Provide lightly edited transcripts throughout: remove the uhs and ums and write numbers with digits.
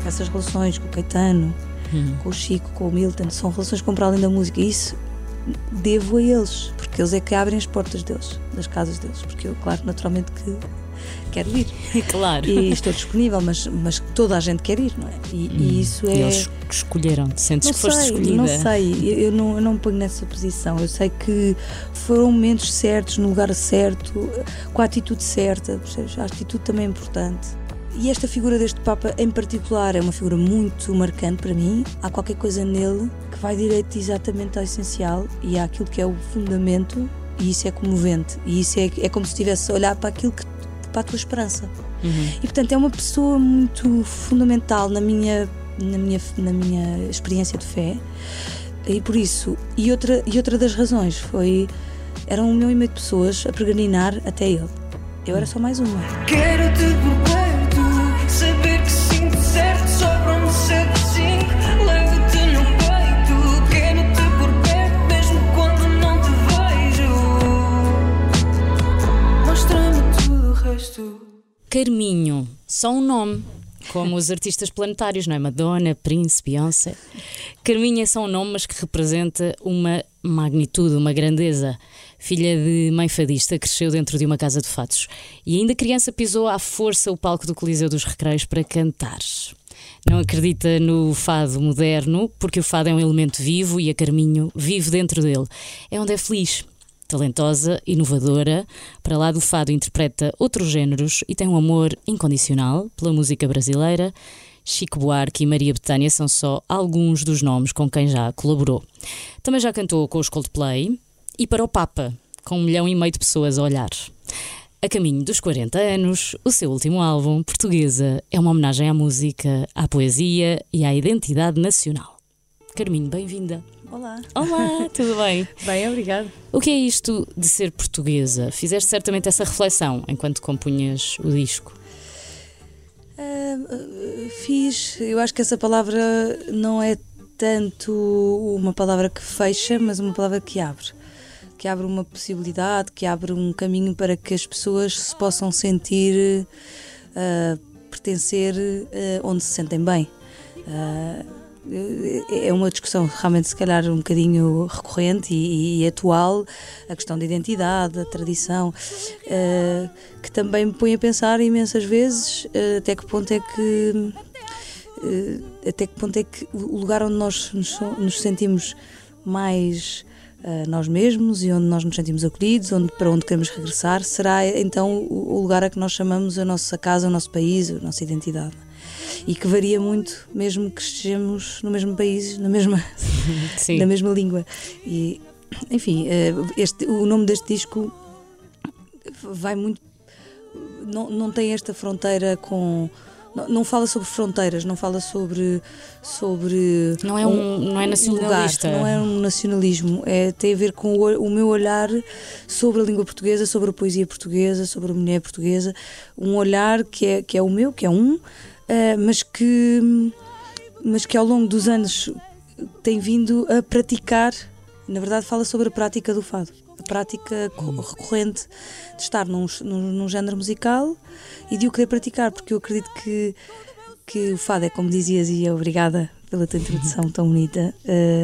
essas relações com o Caetano, com o Chico, com o Milton, são relações que vão para além da música, e isso devo a eles, porque eles é que abrem as portas deles, das casas deles, porque eu, claro, naturalmente que quero ir. Claro. E estou disponível, mas toda a gente quer ir, não é? E isso é... E eles escolheram, sentes que foste escolhida? Não sei, eu não me ponho nessa posição. Eu sei que foram momentos certos, no lugar certo, com a atitude certa, percebes? A atitude também é importante. E esta figura deste Papa em particular é uma figura muito marcante para mim. Há qualquer coisa nele que vai direito exatamente ao essencial e àquilo que é o fundamento, e isso é comovente. E isso é como se estivesse a olhar para aquilo para a tua esperança. E portanto é uma pessoa muito fundamental na minha experiência de fé. E por isso, e outra das razões foi, eram 1,5 milhão de pessoas a peregrinar até ele. Eu era só mais uma. Quero-te por perto, saber que sinto certo, sobram-me 7 5, levo-te no peito. Quero-te por perto, mesmo quando não te vejo. Mostra-me tudo o resto. Carminho, só um nome, como os artistas planetários, não é? Madonna, Prince, Beyoncé. Carminho é só um nome, mas que representa uma magnitude, uma grandeza. Filha de mãe fadista, cresceu dentro de uma casa de fados e ainda criança pisou à força o palco do Coliseu dos Recreios para cantar. Não acredita no fado moderno, porque o fado é um elemento vivo e a Carminho vive dentro dele. É onde é feliz. Talentosa, inovadora, para lá do fado interpreta outros géneros e tem um amor incondicional pela música brasileira. Chico Buarque e Maria Bethânia são só alguns dos nomes com quem já colaborou. Também já cantou com os Coldplay e para o Papa, com 1,5 milhão de pessoas a olhar. A caminho dos 40 anos, o seu último álbum, Portuguesa, é uma homenagem à música, à poesia e à identidade nacional. Carminho, bem-vinda. Olá. Olá, tudo bem? Bem, obrigada. O que é isto de ser portuguesa? Fizeste certamente essa reflexão enquanto compunhas o disco. Fiz. Eu acho que essa palavra não é tanto uma palavra que fecha, mas uma palavra que abre uma possibilidade, que abre um caminho para que as pessoas se possam sentir pertencer onde se sentem bem. É uma discussão realmente se calhar um bocadinho recorrente e atual, a questão da identidade, da tradição, que também me põe a pensar imensas vezes até que ponto é que o lugar onde nós nos sentimos mais nós mesmos e onde nós nos sentimos acolhidos, para onde queremos regressar, será então o lugar a que nós chamamos a nossa casa, o nosso país, a nossa identidade. E que varia muito, mesmo que estejamos no mesmo país, na mesma língua. E, enfim, o nome deste disco vai muito. Não tem esta fronteira com. Não fala sobre fronteiras, não fala sobre não é nacionalista. Lugar, não é um nacionalismo, tem a ver com o meu olhar sobre a língua portuguesa, sobre a poesia portuguesa, sobre a mulher portuguesa, um olhar que é o meu, que é mas que ao longo dos anos tem vindo a praticar. Na verdade fala sobre a prática do fado, a prática recorrente de estar num género musical e de o querer praticar, porque eu acredito que o fado é, como dizias, e obrigada pela tua introdução tão bonita,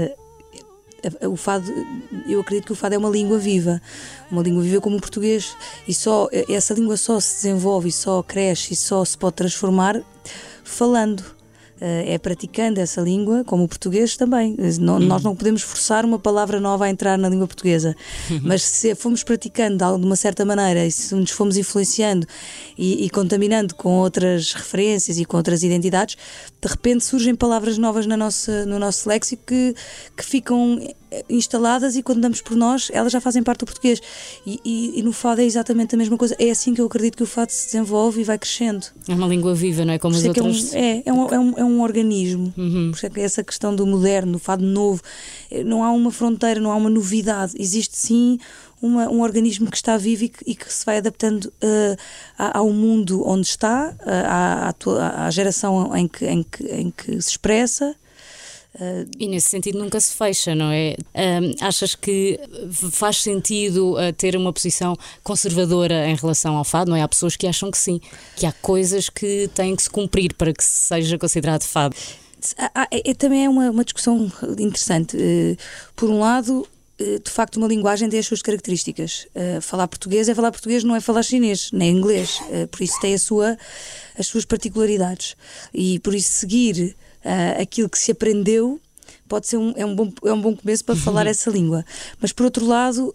o fado, eu acredito que o fado é uma língua viva como o português, e só essa língua só se desenvolve e só cresce e só se pode transformar falando. É praticando essa língua, como o português também. Nós não podemos forçar uma palavra nova a entrar na língua portuguesa, mas se fomos praticando de uma certa maneira e se nos fomos influenciando e contaminando com outras referências e com outras identidades, de repente surgem palavras novas no nosso léxico que ficam instaladas, e quando damos por nós, elas já fazem parte do português. E no fado é exatamente a mesma coisa. É assim que eu acredito que o fado se desenvolve e vai crescendo. É uma língua viva, não é? Como as outras. É um organismo. Por isso é que essa questão do moderno, do fado novo, não há uma fronteira, não há uma novidade. Existe sim um organismo que está vivo e que se vai adaptando ao mundo onde está, à geração em que se expressa. E nesse sentido nunca se fecha, não é? Achas que faz sentido ter uma posição conservadora em relação ao fado, não é? Há pessoas que acham que sim, que há coisas que têm que se cumprir para que seja considerado fado. Também é uma discussão interessante. Por um lado, de facto, uma linguagem tem as suas características. Falar português é falar português, não é falar chinês, nem inglês. Por isso tem as suas particularidades. E por isso seguir aquilo que se aprendeu pode ser um bom começo para falar essa língua. Mas por outro lado,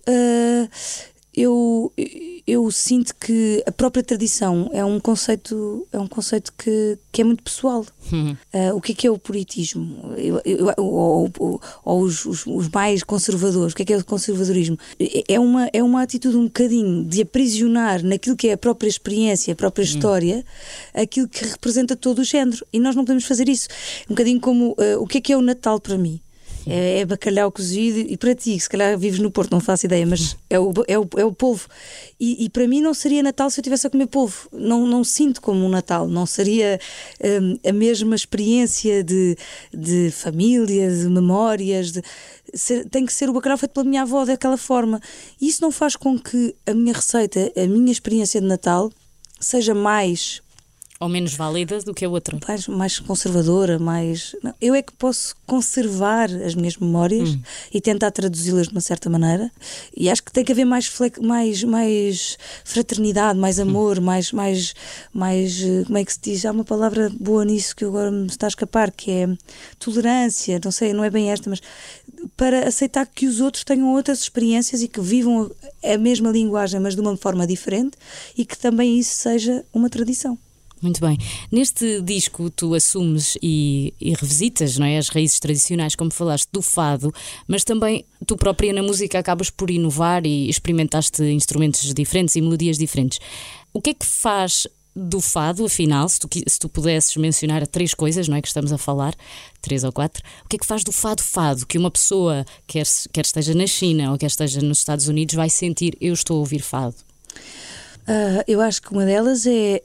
eu sinto que a própria tradição é um conceito que é muito pessoal. O que é o puritismo? Ou os mais conservadores, o que é o conservadorismo? É uma atitude um bocadinho de aprisionar naquilo que é a própria experiência, a própria história, aquilo que representa todo o género. E nós não podemos fazer isso. Um bocadinho como o que é o Natal para mim? É bacalhau cozido, e para ti, que se calhar vives no Porto, não faço ideia, mas é o polvo. E para mim não seria Natal se eu estivesse a comer polvo. Não sinto como um Natal, não seria a mesma experiência de família, de memórias. Tem que ser o bacalhau feito pela minha avó daquela forma. E isso não faz com que a minha receita, a minha experiência de Natal seja mais ou menos válida do que a outra. Mais conservadora, mais... Não, eu é que posso conservar as minhas memórias e tentar traduzi-las de uma certa maneira. E acho que tem que haver mais fraternidade, mais amor, mais como é que se diz? Há uma palavra boa nisso que agora me está a escapar, que é tolerância, não sei, não é bem esta, mas para aceitar que os outros tenham outras experiências e que vivam a mesma linguagem, mas de uma forma diferente, e que também isso seja uma tradição. Muito bem. Neste disco tu assumes e revisitas, não é, as raízes tradicionais, como falaste, do fado, mas também tu própria na música acabas por inovar e experimentaste instrumentos diferentes e melodias diferentes. O que é que faz do fado, afinal, se tu pudesses mencionar 3 coisas, não é, que estamos a falar, 3 ou 4, o que é que faz do fado, que uma pessoa, quer esteja na China ou quer esteja nos Estados Unidos, vai sentir, eu estou a ouvir fado? Eu acho que uma delas é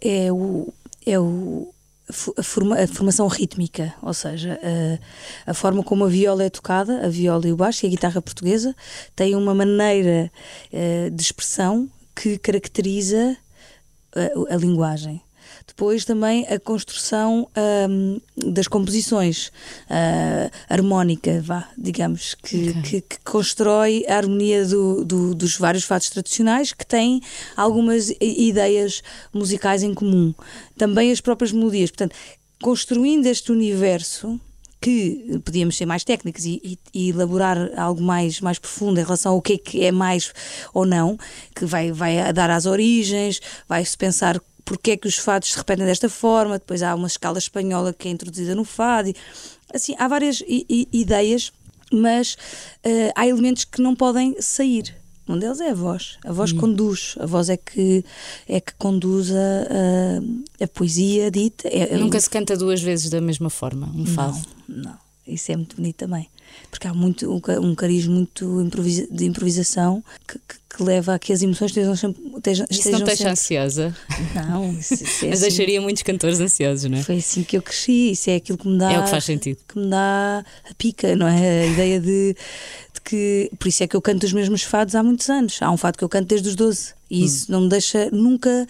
a formação rítmica, ou seja, a forma como a viola é tocada, a viola e o baixo e a guitarra portuguesa têm uma maneira de expressão que caracteriza a linguagem. Depois também a construção das composições harmónica, digamos, que constrói a harmonia dos vários fados tradicionais, que têm algumas ideias musicais em comum. Também as próprias melodias. Portanto, construindo este universo, que podíamos ser mais técnicos e elaborar algo mais profundo em relação ao que é mais ou não, que vai dar às origens, vai-se pensar porque é que os fados se repetem desta forma. Depois há uma escala espanhola que é introduzida no fado. Assim, há várias ideias, mas há elementos que não podem sair. Um deles é a voz. A voz conduz. A voz é que conduz a poesia dita. Nunca se canta 2 vezes da mesma forma, um fado? Não. Isso é muito bonito também. Porque há um cariz muito de improvisação que leva a que as emoções estejam Isso não te deixa ansiosa? Não, isso é mas assim, deixaria muitos cantores ansiosos, não é? Foi assim que eu cresci, isso é aquilo que me dá... É o que faz sentido. Que me dá a pica, não é? A ideia de que... Por isso é que eu canto os mesmos fados há muitos anos. Há um fado que eu canto desde os 12 e isso não me deixa nunca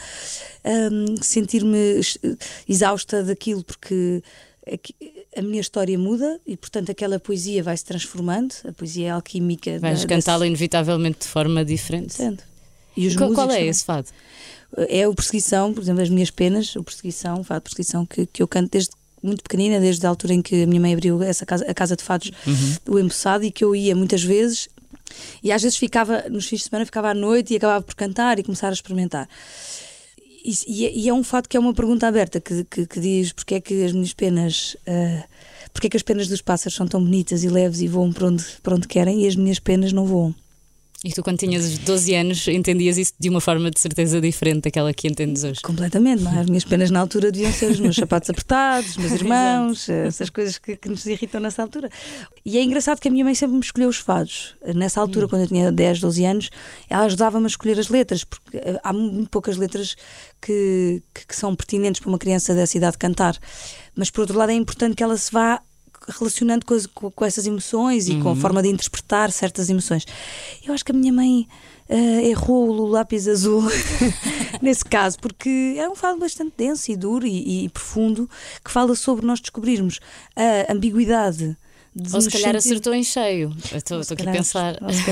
sentir-me exausta daquilo, porque a minha história muda e, portanto, aquela poesia vai se transformando, a poesia alquímica. Vais cantá-la inevitavelmente de forma diferente. E os qual é também. esse fado? É o Perseguição, por exemplo, As Minhas Penas, o Perseguição, o fado de Perseguição que eu canto desde muito pequenina, desde a altura em que a minha mãe abriu a casa de fados, o Empoçado, e que eu ia muitas vezes, e às vezes ficava, nos fins de semana, ficava à noite e acabava por cantar e começar a experimentar. E é um fado que é uma pergunta aberta que diz porque é que as minhas penas, porque é que as penas dos pássaros são tão bonitas e leves e voam para onde querem, e as minhas penas não voam. E tu, quando tinhas 12 anos, entendias isso de uma forma de certeza diferente daquela que entendes hoje? Completamente, não é? As minhas penas na altura deviam ser os meus sapatos apertados, os meus irmãos, essas coisas que nos irritam nessa altura. E é engraçado que a minha mãe sempre me escolheu os fados. Nessa altura, quando eu tinha 10, 12 anos, ela ajudava-me a escolher as letras, porque há muito poucas letras que são pertinentes para uma criança dessa idade cantar. Mas, por outro lado, é importante que ela se vá relacionando com essas emoções e com a forma de interpretar certas emoções. Eu acho que a minha mãe errou o lápis azul nesse caso, porque é um fado bastante denso e duro e profundo, que fala sobre nós descobrirmos a ambiguidade. Ou se calhar acertou em cheio. Estou aqui a pensar.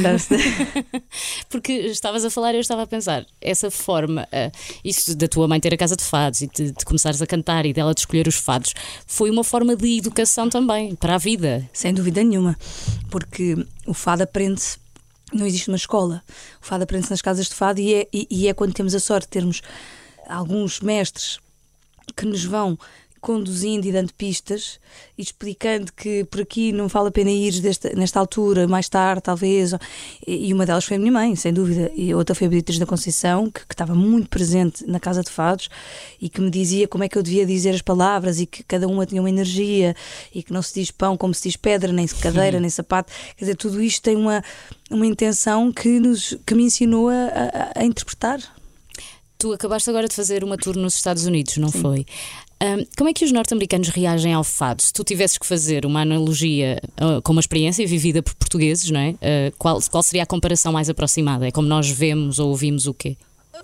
Porque estavas a falar e eu estava a pensar, essa forma, isso da tua mãe ter a casa de fados e de começares a cantar e dela de escolher os fados, foi uma forma de educação também para a vida. Sem dúvida nenhuma, porque o fado aprende-se, não existe uma escola, o fado aprende-se nas casas de fado e é quando temos a sorte de termos alguns mestres que nos vão conduzindo e dando pistas e explicando que por aqui não vale a pena ir nesta altura, mais tarde talvez, e uma delas foi a minha mãe, sem dúvida, e a outra foi a Beatriz da Conceição, que estava muito presente na Casa de Fados e que me dizia como é que eu devia dizer as palavras e que cada uma tinha uma energia e que não se diz pão como se diz pedra, nem cadeira, nem sapato. Quer dizer, tudo isto tem uma intenção que me ensinou a interpretar. Tu acabaste agora de fazer uma tour nos Estados Unidos, não Sim. foi? Como é que os norte-americanos reagem ao fado? Se tu tivesses que fazer uma analogia com uma experiência vivida por portugueses, não é? Qual seria a comparação mais aproximada? É como nós vemos ou ouvimos o quê?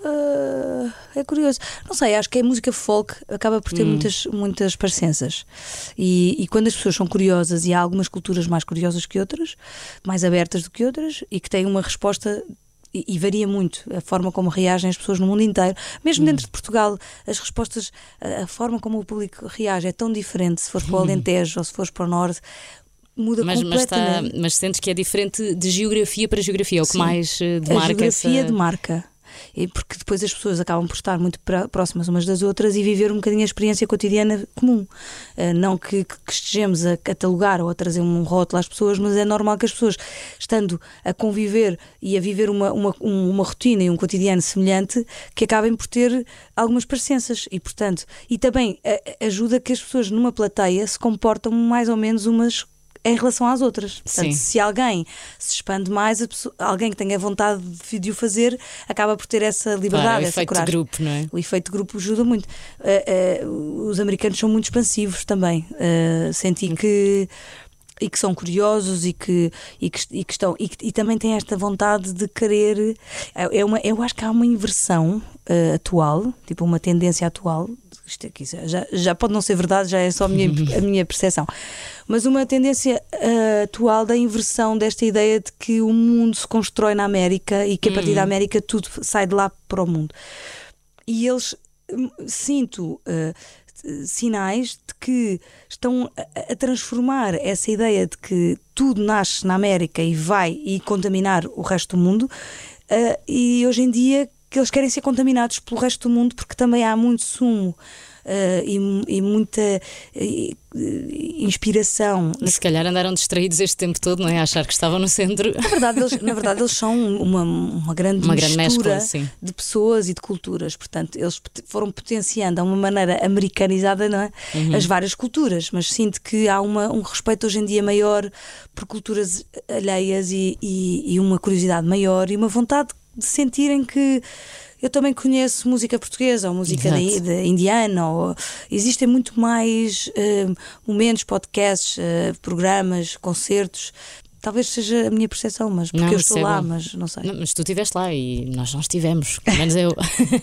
É curioso. Não sei, acho que a música folk acaba por ter muitas parecenças. E quando as pessoas são curiosas, e há algumas culturas mais curiosas que outras, mais abertas do que outras, e que têm uma resposta. E varia muito a forma como reagem as pessoas no mundo inteiro, mesmo dentro de Portugal, as respostas, a forma como o público reage é tão diferente. Se fores para o Alentejo ou se fores para o Norte, muda completamente. Mas sentes que é diferente de geografia para geografia, é o que Sim, mais demarca a geografia essa... demarca. E porque depois as pessoas acabam por estar muito próximas umas das outras e viver um bocadinho a experiência cotidiana comum. Não que estejamos a catalogar ou a trazer um rótulo às pessoas, mas é normal que as pessoas, estando a conviver e a viver uma rotina e um cotidiano semelhante, que acabem por ter algumas parecenças e também ajuda que as pessoas numa plateia se comportam mais ou menos umas em relação às outras. Portanto, Sim. se alguém se expande mais, alguém que tenha vontade de o fazer acaba por ter essa liberdade, Claro, o essa efeito de coragem. grupo, não é? O efeito de grupo ajuda muito. Os americanos são muito expansivos também. Senti que são curiosos e que estão e também têm esta vontade de querer. Eu acho que há uma inversão atual, tipo uma tendência atual. Isto aqui já pode não ser verdade, já é só a minha percepção, mas uma tendência atual da inversão desta ideia de que o mundo se constrói na América e que a partir da América tudo sai de lá para o mundo. E eles, sinto sinais de que estão a transformar essa ideia de que tudo nasce na América e vai contaminar o resto do mundo, e hoje em dia que eles querem ser contaminados pelo resto do mundo, porque também há muito sumo e muita inspiração. E se calhar andaram distraídos este tempo todo, não é? A achar que estavam no centro. Na verdade eles são uma grande mistura mescla, de pessoas e de culturas. Portanto, eles foram potenciando a uma maneira americanizada, não é? As várias culturas, mas sinto que há um respeito hoje em dia maior por culturas alheias e uma curiosidade maior e uma vontade de sentirem que eu também conheço música portuguesa ou música de indiana, existem muito mais momentos, podcasts, programas, concertos. Talvez seja a minha percepção, mas porque eu estou lá, mas não sei. Não, mas tu estiveste lá e nós não estivemos, pelo menos eu.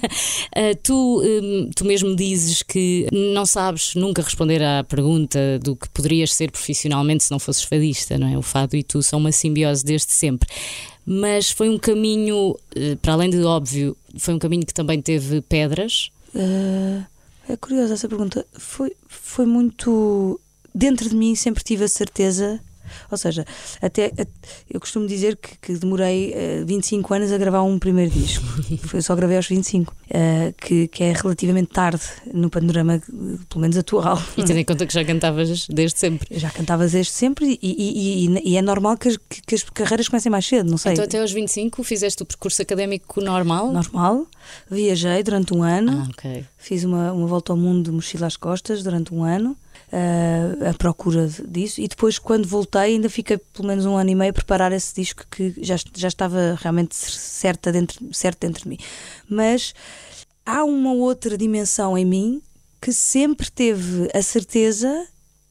Tu mesmo dizes que não sabes nunca responder à pergunta do que poderias ser profissionalmente se não fosses fadista, não é? O fado e tu são uma simbiose desde sempre. Mas foi um caminho, para além de óbvio, foi um caminho que também teve pedras? É curiosa essa pergunta. Foi muito... Dentro de mim sempre tive a certeza... Ou seja, eu costumo dizer que demorei 25 anos a gravar um primeiro disco. Eu só gravei aos 25, que é relativamente tarde no panorama, pelo menos atual. E tendo em conta que já cantavas desde sempre. Já cantavas desde sempre e é normal que as carreiras comecem mais cedo, não sei. Então até aos 25 fizeste o percurso académico normal? Normal, viajei durante um ano, ok. Fiz uma volta ao mundo de mochila às costas durante um ano. À procura disso, e depois quando voltei ainda fiquei pelo menos um ano e meio a preparar esse disco que já estava realmente certo dentro de mim, mas há uma outra dimensão em mim que sempre teve a certeza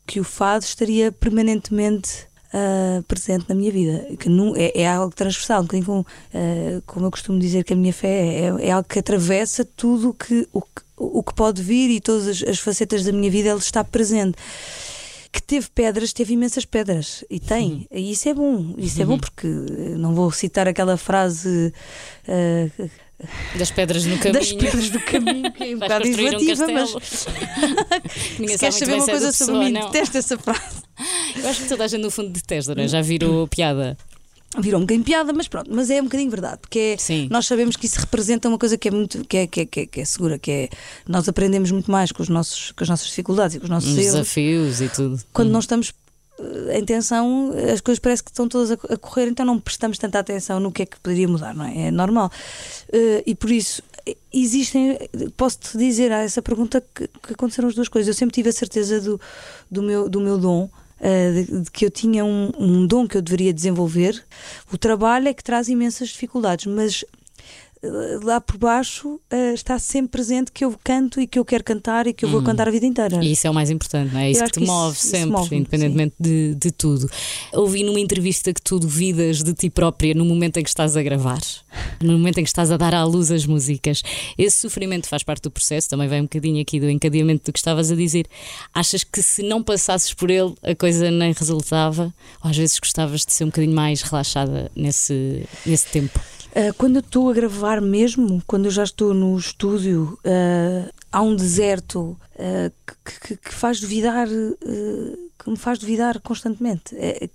que o fado estaria permanentemente presente na minha vida, que é algo transversal, um bocadinho como eu costumo dizer que a minha fé é algo que atravessa tudo o que pode vir, e todas as facetas da minha vida ele está presente. Que teve imensas pedras, e tem, e isso é bom porque não vou citar aquela frase das pedras no caminho. Das pedras do caminho, que é um bocado invasiva, mas ninguém se queres saber uma coisa sobre mim, detesto essa frase. Eu acho que toda a gente no fundo detesta, não é? Já virou piada. Virou um bocadinho piada, mas pronto, mas é um bocadinho verdade, porque nós sabemos que isso representa uma coisa que é muito que é segura, que é nós aprendemos muito mais com as nossas dificuldades e com os nossos erros, desafios e tudo. Quando nós estamos em tensão, as coisas parece que estão todas a correr, então não prestamos tanta atenção no que é que poderia mudar, não é? É normal. E por isso posso-te dizer a essa pergunta que aconteceram as duas coisas. Eu sempre tive a certeza do meu dom, de que eu tinha um dom que eu deveria desenvolver. O trabalho é que traz imensas dificuldades, mas lá por baixo está sempre presente que eu canto e que eu quero cantar e que eu vou cantar a vida inteira. E isso é o mais importante, não é? Isso que te move sempre, independentemente de tudo. Ouvi numa entrevista que tu duvidas de ti própria no momento em que estás a gravar, no momento em que estás a dar à luz as músicas. Esse sofrimento faz parte do processo, também vem um bocadinho aqui do encadeamento do que estavas a dizer. Achas que se não passasses por ele a coisa nem resultava? Ou às vezes gostavas de ser um bocadinho mais relaxada nesse tempo? Quando eu estou a gravar mesmo, quando eu já estou no estúdio, há um deserto que faz duvidar, que me faz duvidar constantemente.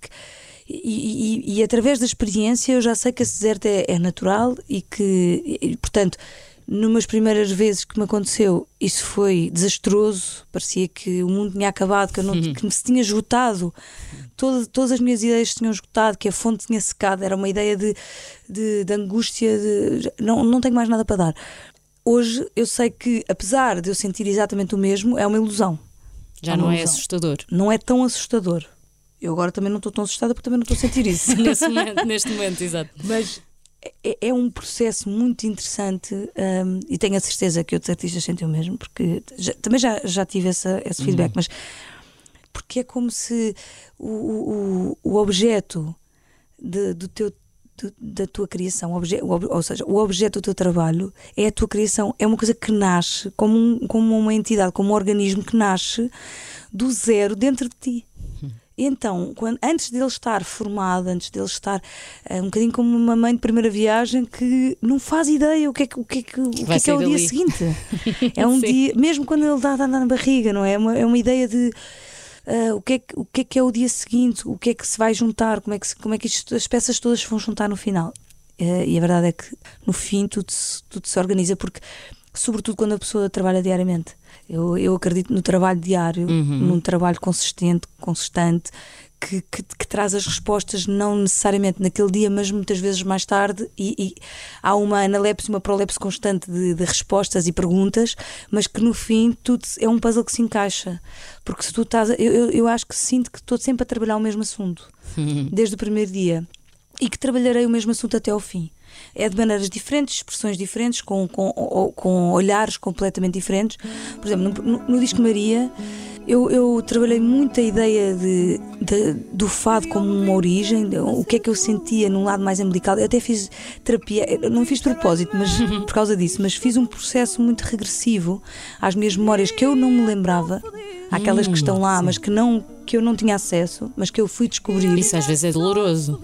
E através da experiência eu já sei que esse deserto é natural e portanto, numas primeiras vezes que me aconteceu, isso foi desastroso, parecia que o mundo tinha acabado, que me se tinha esgotado. Todas as minhas ideias se tinham esgotado, que a fonte tinha secado, era uma ideia de angústia, não tenho mais nada para dar. Hoje eu sei que, apesar de eu sentir exatamente o mesmo, é uma ilusão. Já não é assustador. Não é tão assustador. Eu agora também não estou tão assustada porque também não estou a sentir isso. Neste momento, exato. Mas é um processo muito interessante, e tenho a certeza que outros artistas sentem o mesmo, porque também já tive esse feedback, mas porque é como se o objeto da tua criação, ou seja, o objeto do teu trabalho é a tua criação, é uma coisa que nasce como uma entidade, como um organismo que nasce do zero dentro de ti. Então, antes dele estar formado, antes dele estar um bocadinho como uma mãe de primeira viagem que não faz ideia o que é o dia seguinte. É um dia, mesmo quando ele está a andar na barriga, não é? É uma ideia de o que é o dia seguinte, o que é que se vai juntar, como é que as peças todas se vão juntar no final. E a verdade é que no fim tudo se organiza, porque sobretudo quando a pessoa trabalha diariamente. Eu acredito no trabalho diário, num trabalho consistente, constante, que traz as respostas não necessariamente naquele dia, mas muitas vezes mais tarde, e há uma analepse, uma prolepse constante de respostas e perguntas, mas que no fim tudo é um puzzle que se encaixa. Porque se tu estás... Eu acho que sinto que estou sempre a trabalhar o mesmo assunto, desde o primeiro dia, e que trabalharei o mesmo assunto até ao fim. É de maneiras diferentes, expressões diferentes, com olhares completamente diferentes. Por exemplo, no disco Maria, eu trabalhei muito a ideia do fado como uma origem, o que é que eu sentia num lado mais umbilical. Eu até fiz terapia, não fiz de propósito, mas por causa disso, mas fiz um processo muito regressivo às minhas memórias que eu não me lembrava, aquelas que estão lá, mas que eu não tinha acesso, mas que eu fui descobrir. Isso às vezes é doloroso.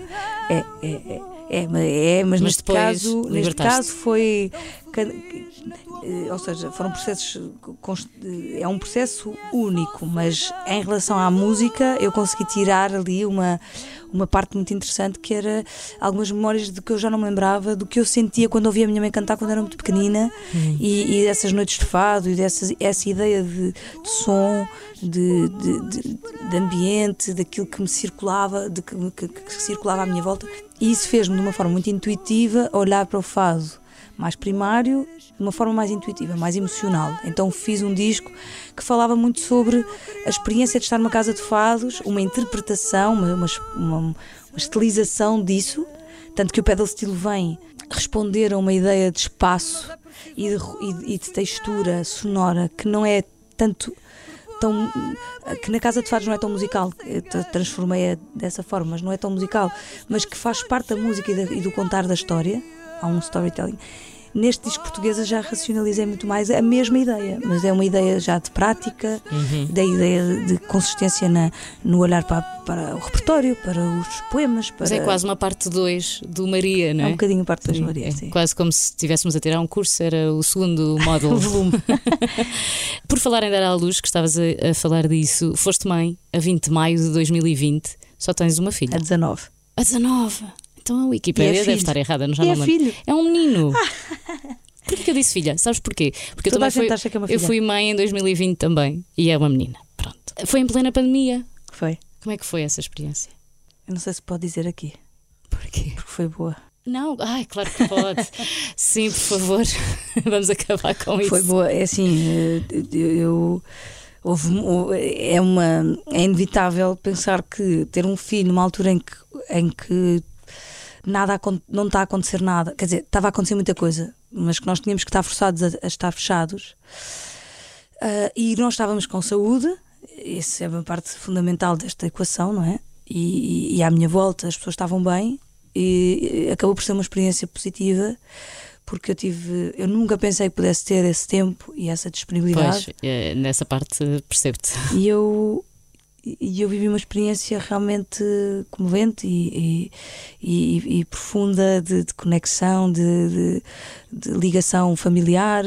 Mas neste caso foi, ou seja, foram processos, é um processo único, mas em relação à música eu consegui tirar ali uma parte muito interessante, que era algumas memórias de que eu já não me lembrava, do que eu sentia quando ouvia a minha mãe cantar quando era muito pequenina, e dessas noites de fado, e essa ideia de som, de ambiente, daquilo que me circulava, que circulava à minha volta. E isso fez-me de uma forma muito intuitiva olhar para o fado mais primário, de uma forma mais intuitiva, mais emocional. Então fiz um disco que falava muito sobre a experiência de estar numa casa de fados, uma interpretação, uma estilização disso, tanto que o pedal steel vem responder a uma ideia de espaço e de textura sonora que não é tanto tão. Que na Casa de Fados não é tão musical, eu transformei-a dessa forma, mas não é tão musical, mas que faz parte da música e do contar da história. Há um storytelling. Neste disco portuguesa já racionalizei muito mais a mesma ideia, mas é uma ideia já de prática, da ideia de consistência no olhar para o repertório, para os poemas. Mas é quase uma parte 2 do Maria, não é? É um bocadinho parte 2 do Sim, Maria, é sim. quase como se estivéssemos a tirar um curso, era o segundo módulo. Volume. Por falar em dar à luz, que estavas a falar disso, foste mãe a 20 de maio de 2020, só tens uma filha. A 19. A 19! Então a Wikipédia deve filho. estar errada, não já E não é me lembro. filho. É um menino. Porquê que eu disse filha? Sabes porquê? Porque eu Toda a também gente acha que é uma eu filha. fui mãe em 2020 também e é uma menina. Pronto. Foi em plena pandemia. Foi. Como é que foi essa experiência? Eu não sei se pode dizer aqui, Porquê? porque foi boa. Não, ai, claro que pode. Sim, por favor, vamos acabar com isso. Foi boa. É assim, é inevitável pensar que ter um filho numa altura em que não está a acontecer nada, quer dizer, estava a acontecer muita coisa, mas que nós tínhamos que estar forçados a estar fechados, e nós estávamos com saúde, isso é uma parte fundamental desta equação, não é? E à minha volta as pessoas estavam bem e acabou por ser uma experiência positiva, porque eu nunca pensei que pudesse ter esse tempo e essa disponibilidade. Pois, nessa parte percebo-te. E eu vivi uma experiência realmente comovente e profunda de conexão, de ligação familiar,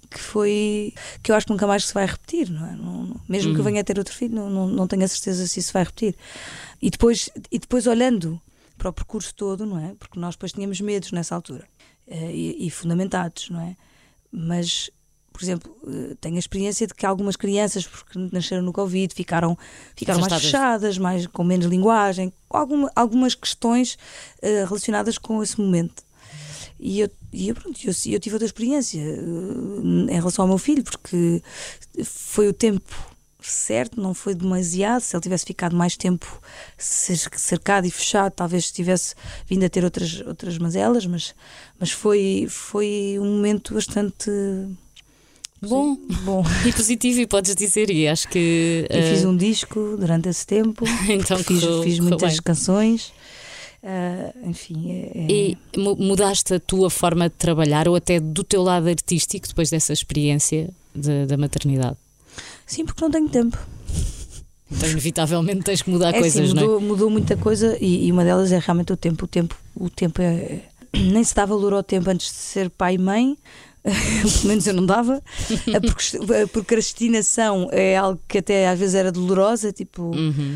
que eu acho que nunca mais se vai repetir, não é? Mesmo que eu venha a ter outro filho, não tenho a certeza se isso vai repetir. E depois olhando para o percurso todo, não é? Porque nós depois tínhamos medos nessa altura, e fundamentados, não é? Mas, por exemplo, tenho a experiência de que algumas crianças, porque nasceram no Covid, ficaram mais fechadas, com menos linguagem, algumas questões relacionadas com esse momento. E eu tive outra experiência em relação ao meu filho, porque foi o tempo certo, não foi demasiado. Se ele tivesse ficado mais tempo cercado e fechado, talvez tivesse vindo a ter outras mazelas, mas foi um momento bastante bom e positivo, e podes dizer, e acho que e fiz um disco durante esse tempo. Então fiz muitas bem. Canções. Enfim, E mudaste a tua forma de trabalhar ou até do teu lado artístico depois dessa experiência da maternidade? Sim, porque não tenho tempo. Então inevitavelmente tens que mudar É coisas, assim, não é? mudou muita coisa e uma delas é realmente o tempo. O tempo nem se dá valor ao tempo antes de ser pai e mãe. Pelo menos eu não dava. A procrastinação é algo que até às vezes era dolorosa, tipo.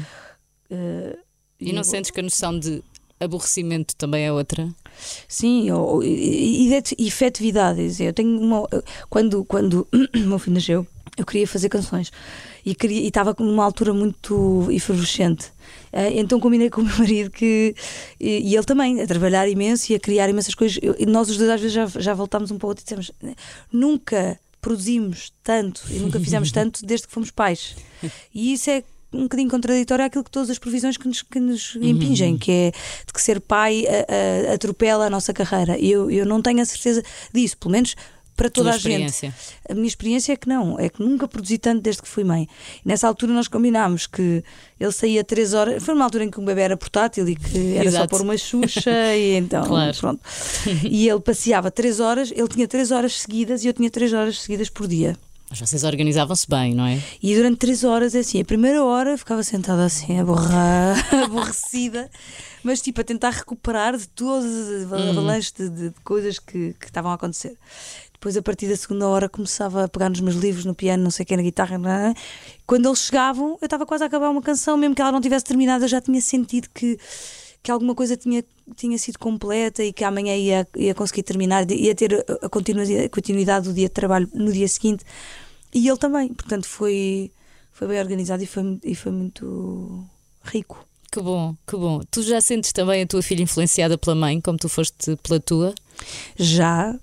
E não sentes que a noção de aborrecimento também é outra? Sim, e de efetividade. Eu tenho quando o meu filho nasceu, eu queria fazer canções e estava numa altura muito efervescente. Então combinei com o meu marido e ele também, a trabalhar imenso e a criar imensas coisas. E nós os dois às vezes já voltámos um para o outro e dissemos: nunca produzimos tanto e nunca fizemos tanto desde que fomos pais. E isso é um bocadinho contraditório àquilo que todas as previsões que nos impingem, que é de que ser pai atropela a nossa carreira. Eu não tenho a certeza disso, pelo menos para toda a gente. A minha experiência é que não, é que nunca produzi tanto desde que fui mãe. E nessa altura nós combinámos que ele saía 3 horas, foi uma altura em que o bebê era portátil e que era só pôr uma xuxa e então, claro. Pronto. E ele passeava 3 horas, ele tinha 3 horas seguidas e eu tinha 3 horas seguidas por dia. Mas vocês organizavam-se bem, não é? E durante 3 horas, é assim, a primeira hora eu ficava sentada assim, aborrecida, mas tipo a tentar recuperar de todas as avalanches de coisas que estavam a acontecer. Depois, a partir da segunda hora, começava a pegar nos meus livros, no piano, não sei o que, na guitarra. Quando eles chegavam, eu estava quase a acabar uma canção, mesmo que ela não tivesse terminado, eu já tinha sentido que alguma coisa tinha sido completa e que amanhã ia conseguir terminar, ia ter a continuidade do dia de trabalho no dia seguinte. E ele também, portanto foi bem organizado e foi muito rico. Que bom, que bom. Tu já sentes também a tua filha influenciada pela mãe, como tu foste pela tua? Já.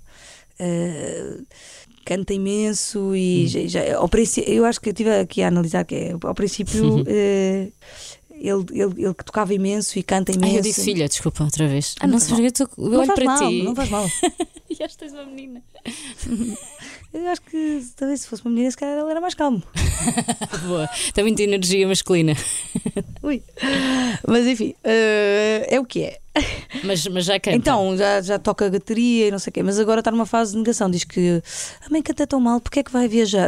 Canta imenso e já, ao princípio, eu acho que eu estive aqui a analisar que ao princípio ele que tocava imenso e canta Ai, imenso. eu disse filha, desculpa, outra vez. Ah, não não faz sei mal. porque eu Não olho faz para mal, ti. não faz mal. E acho que tens uma menina. Eu acho que talvez se fosse uma menina, se calhar ele era mais calmo. Boa. Tem muita energia masculina. Ui. Mas enfim, é o que é. Mas já canta. Então, já toca a bateria e não sei o quê, mas agora está numa fase de negação. Diz que a mãe canta tão mal, porque é que vai viajar?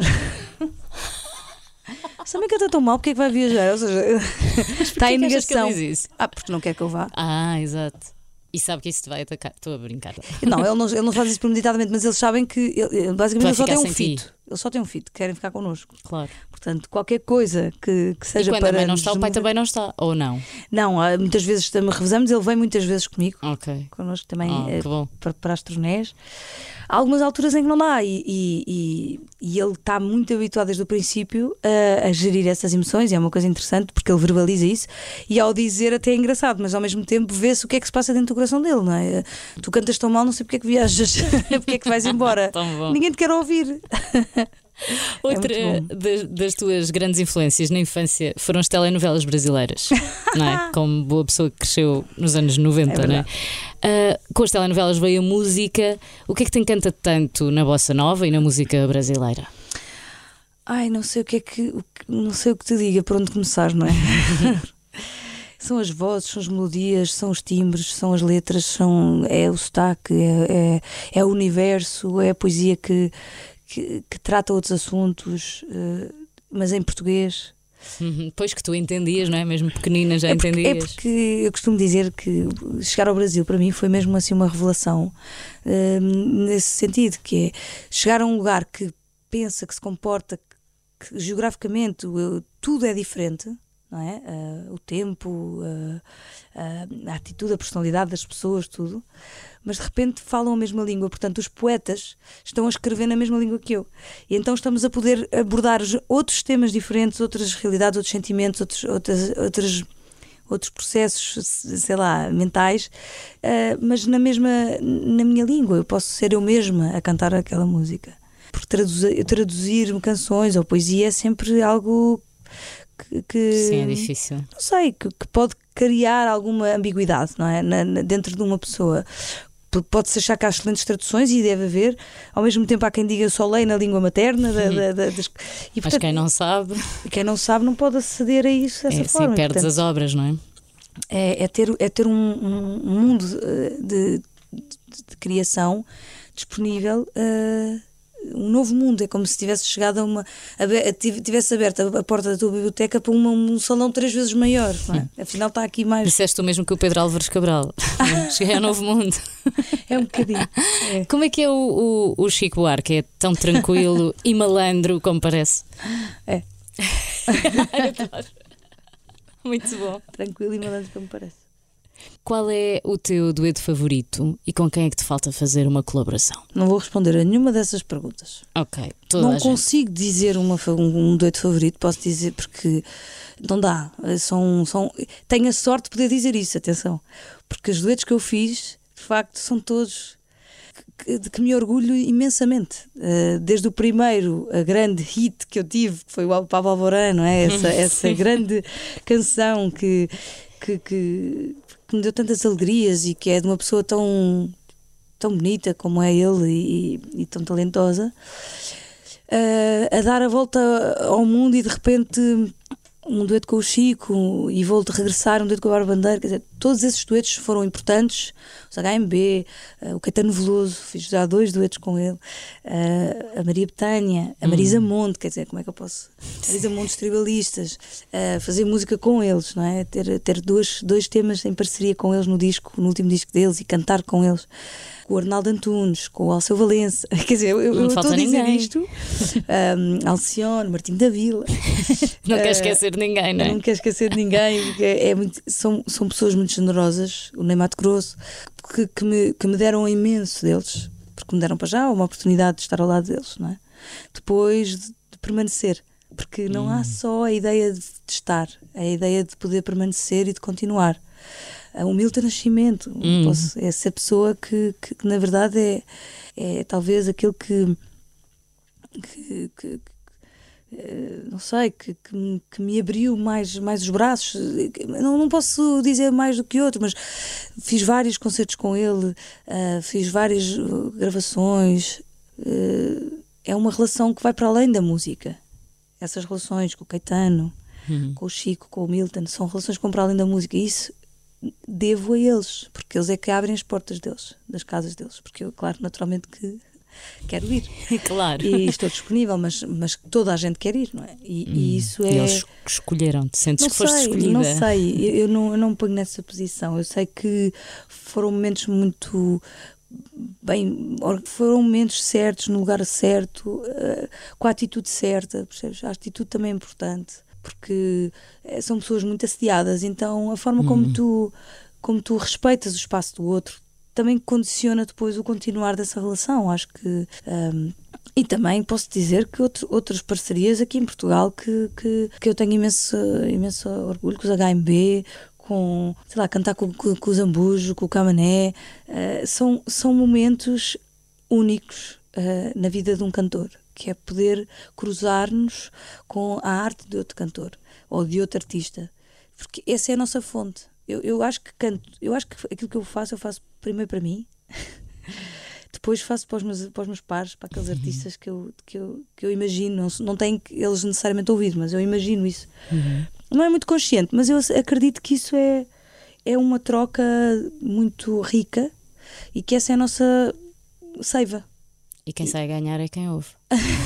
Se a mãe canta tão mal, porque é que vai viajar? Ou seja, está em que achas que ele negação. diz isso? Porque não quer que eu vá. Ah, exato. E sabe que isso te vai atacar. Estou a brincar. Não, ele não faz isso premeditadamente, mas eles sabem que basicamente ele só ficar tem um sem ti. fito. Ele só tem um fito, querem ficar connosco. Claro. Portanto, qualquer coisa que E seja quando para. a mãe não está, o nos pai mover- também não está. Ou não? Não, muitas vezes também revezamos, ele vem muitas vezes comigo, Ok. connosco também Que bom. para as turnés. Há algumas alturas em que não dá e ele está muito habituado desde o princípio a gerir essas emoções, e é uma coisa interessante porque ele verbaliza isso e ao dizer até é engraçado, mas ao mesmo tempo vê-se o que é que se passa dentro do coração dele, não é? Tu cantas tão mal, não sei porque é que viajas, porque é que vais embora. Tão bom. Ninguém te quer ouvir. Outra muito das tuas grandes influências na infância foram as telenovelas brasileiras, não é? Como boa pessoa que cresceu nos anos 90, não é? Com as telenovelas veio a música. O que é que te encanta tanto na bossa nova e na música brasileira? Ai, não sei não sei o que te diga, por onde começar, não é? São as vozes, são as melodias, são os timbres, são as letras, é o sotaque, é o universo, é a poesia que trata outros assuntos, mas em português. Pois que tu entendias, não é? Mesmo pequenina já É entendias. porque eu costumo dizer que chegar ao Brasil para mim foi mesmo assim uma revelação, nesse sentido, que é chegar a um lugar que pensa, que se comporta, que geograficamente tudo é diferente, não é? O tempo, a atitude, a personalidade das pessoas, tudo, mas de repente falam a mesma língua. Portanto, os poetas estão a escrever na mesma língua que eu, e então estamos a poder abordar outros temas diferentes, outras realidades, outros sentimentos, outros processos, sei lá, mentais, mas na minha língua. Eu posso ser eu mesma a cantar aquela música, porque traduzir canções ou poesia é sempre algo que Sim, é difícil. não sei, que pode criar alguma ambiguidade, não é? Dentro de uma pessoa. Pode-se achar que há excelentes traduções, e deve haver. Ao mesmo tempo há quem diga só leio na língua materna e, Mas portanto, quem não sabe não pode aceder a isso dessa assim, forma. perdes Portanto, as obras, não é? é ter um mundo de criação disponível, um novo mundo. É como se tivesse chegado tivesse aberto a porta da tua biblioteca para um salão 3 vezes maior, não é? Afinal está aqui mais. Disseste o mesmo que o Pedro Álvares Cabral. Cheguei ao novo mundo. É um bocadinho. É. Como é que é o Chico Buarque? É tão tranquilo e malandro como parece? É. Adoro. Muito bom. Tranquilo e malandro como parece. Qual é o teu dueto favorito e com quem é que te falta fazer uma colaboração? Não vou responder a nenhuma dessas perguntas. Ok, toda a Não gente. consigo dizer um dueto favorito, posso dizer, porque não dá. Tenho a sorte de poder dizer isso, atenção, porque os duetos que eu fiz, de facto, são todos de que me orgulho imensamente. Desde o primeiro, a grande hit que eu tive, que foi o Pablo Alborán, não é? Essa grande canção que me deu tantas alegrias e que é de uma pessoa tão bonita como é ele e tão talentosa, a dar a volta ao mundo, e de repente um dueto com o Chico, e volto a regressar um dueto com a Bárbara Bandeira. Quer dizer, todos esses duetos foram importantes. Os HMB, o Caetano Veloso, fiz já 2 duetos com ele, a Maria Bethânia, a Marisa Monte. Quer dizer, como é que eu posso? Marisa Monte, os Tribalistas, fazer música com eles, não é? Ter dois temas em parceria com eles no último disco deles, e cantar com eles, com o Arnaldo Antunes, com o Alceu Valença. Quer dizer, eu estou a dizer ninguém. isto. Alcione, Martim da Vila. Não quer esquecer de ninguém, não é? Não quero esquecer de ninguém, porque são pessoas muito generosas. O Ney Matogrosso, que me deram imenso deles, porque me deram para já uma oportunidade de estar ao lado deles, não é? Depois de permanecer, porque não há só a ideia de estar, é a ideia de poder permanecer e de continuar. O Milton Nascimento, é essa pessoa que na verdade é talvez aquele que não sei, que me abriu mais os braços. Não posso dizer mais do que outro, mas fiz vários concertos com ele, fiz várias gravações. É uma relação que vai para além da música. Essas relações com o Caetano, com o Chico, com o Milton, são relações que vão para além da música. E isso devo a eles, porque eles é que abrem as portas deles, das casas deles. Porque eu, claro, naturalmente que quero ir. Claro. E estou disponível, mas toda a gente quer ir, não é? E isso é... E eles escolheram-te, sentes não que foste sei, escolhida? Não sei, eu não me ponho nessa posição. Eu sei que foram momentos muito bem, foram momentos certos, no lugar certo, com a atitude certa, percebes? A atitude também é importante, porque são pessoas muito assediadas, então a forma como tu respeitas o espaço do outro também condiciona depois o continuar dessa relação. Acho que e também posso dizer que outras parcerias aqui em Portugal que eu tenho imenso orgulho, com os HMB, com, sei lá, cantar com o Zambujo, com o Camané, são momentos únicos na vida de um cantor, que é poder cruzar-nos com a arte de outro cantor ou de outro artista, porque essa é a nossa fonte. Eu acho que canto, eu acho que aquilo que eu faço primeiro para mim, depois faço para os meus pares, para aqueles artistas que eu imagino, não tenho que eles necessariamente ouvir, mas eu imagino isso. Não é muito consciente, mas eu acredito que isso é uma troca muito rica e que essa é a nossa seiva. E quem sai a ganhar é quem ouve.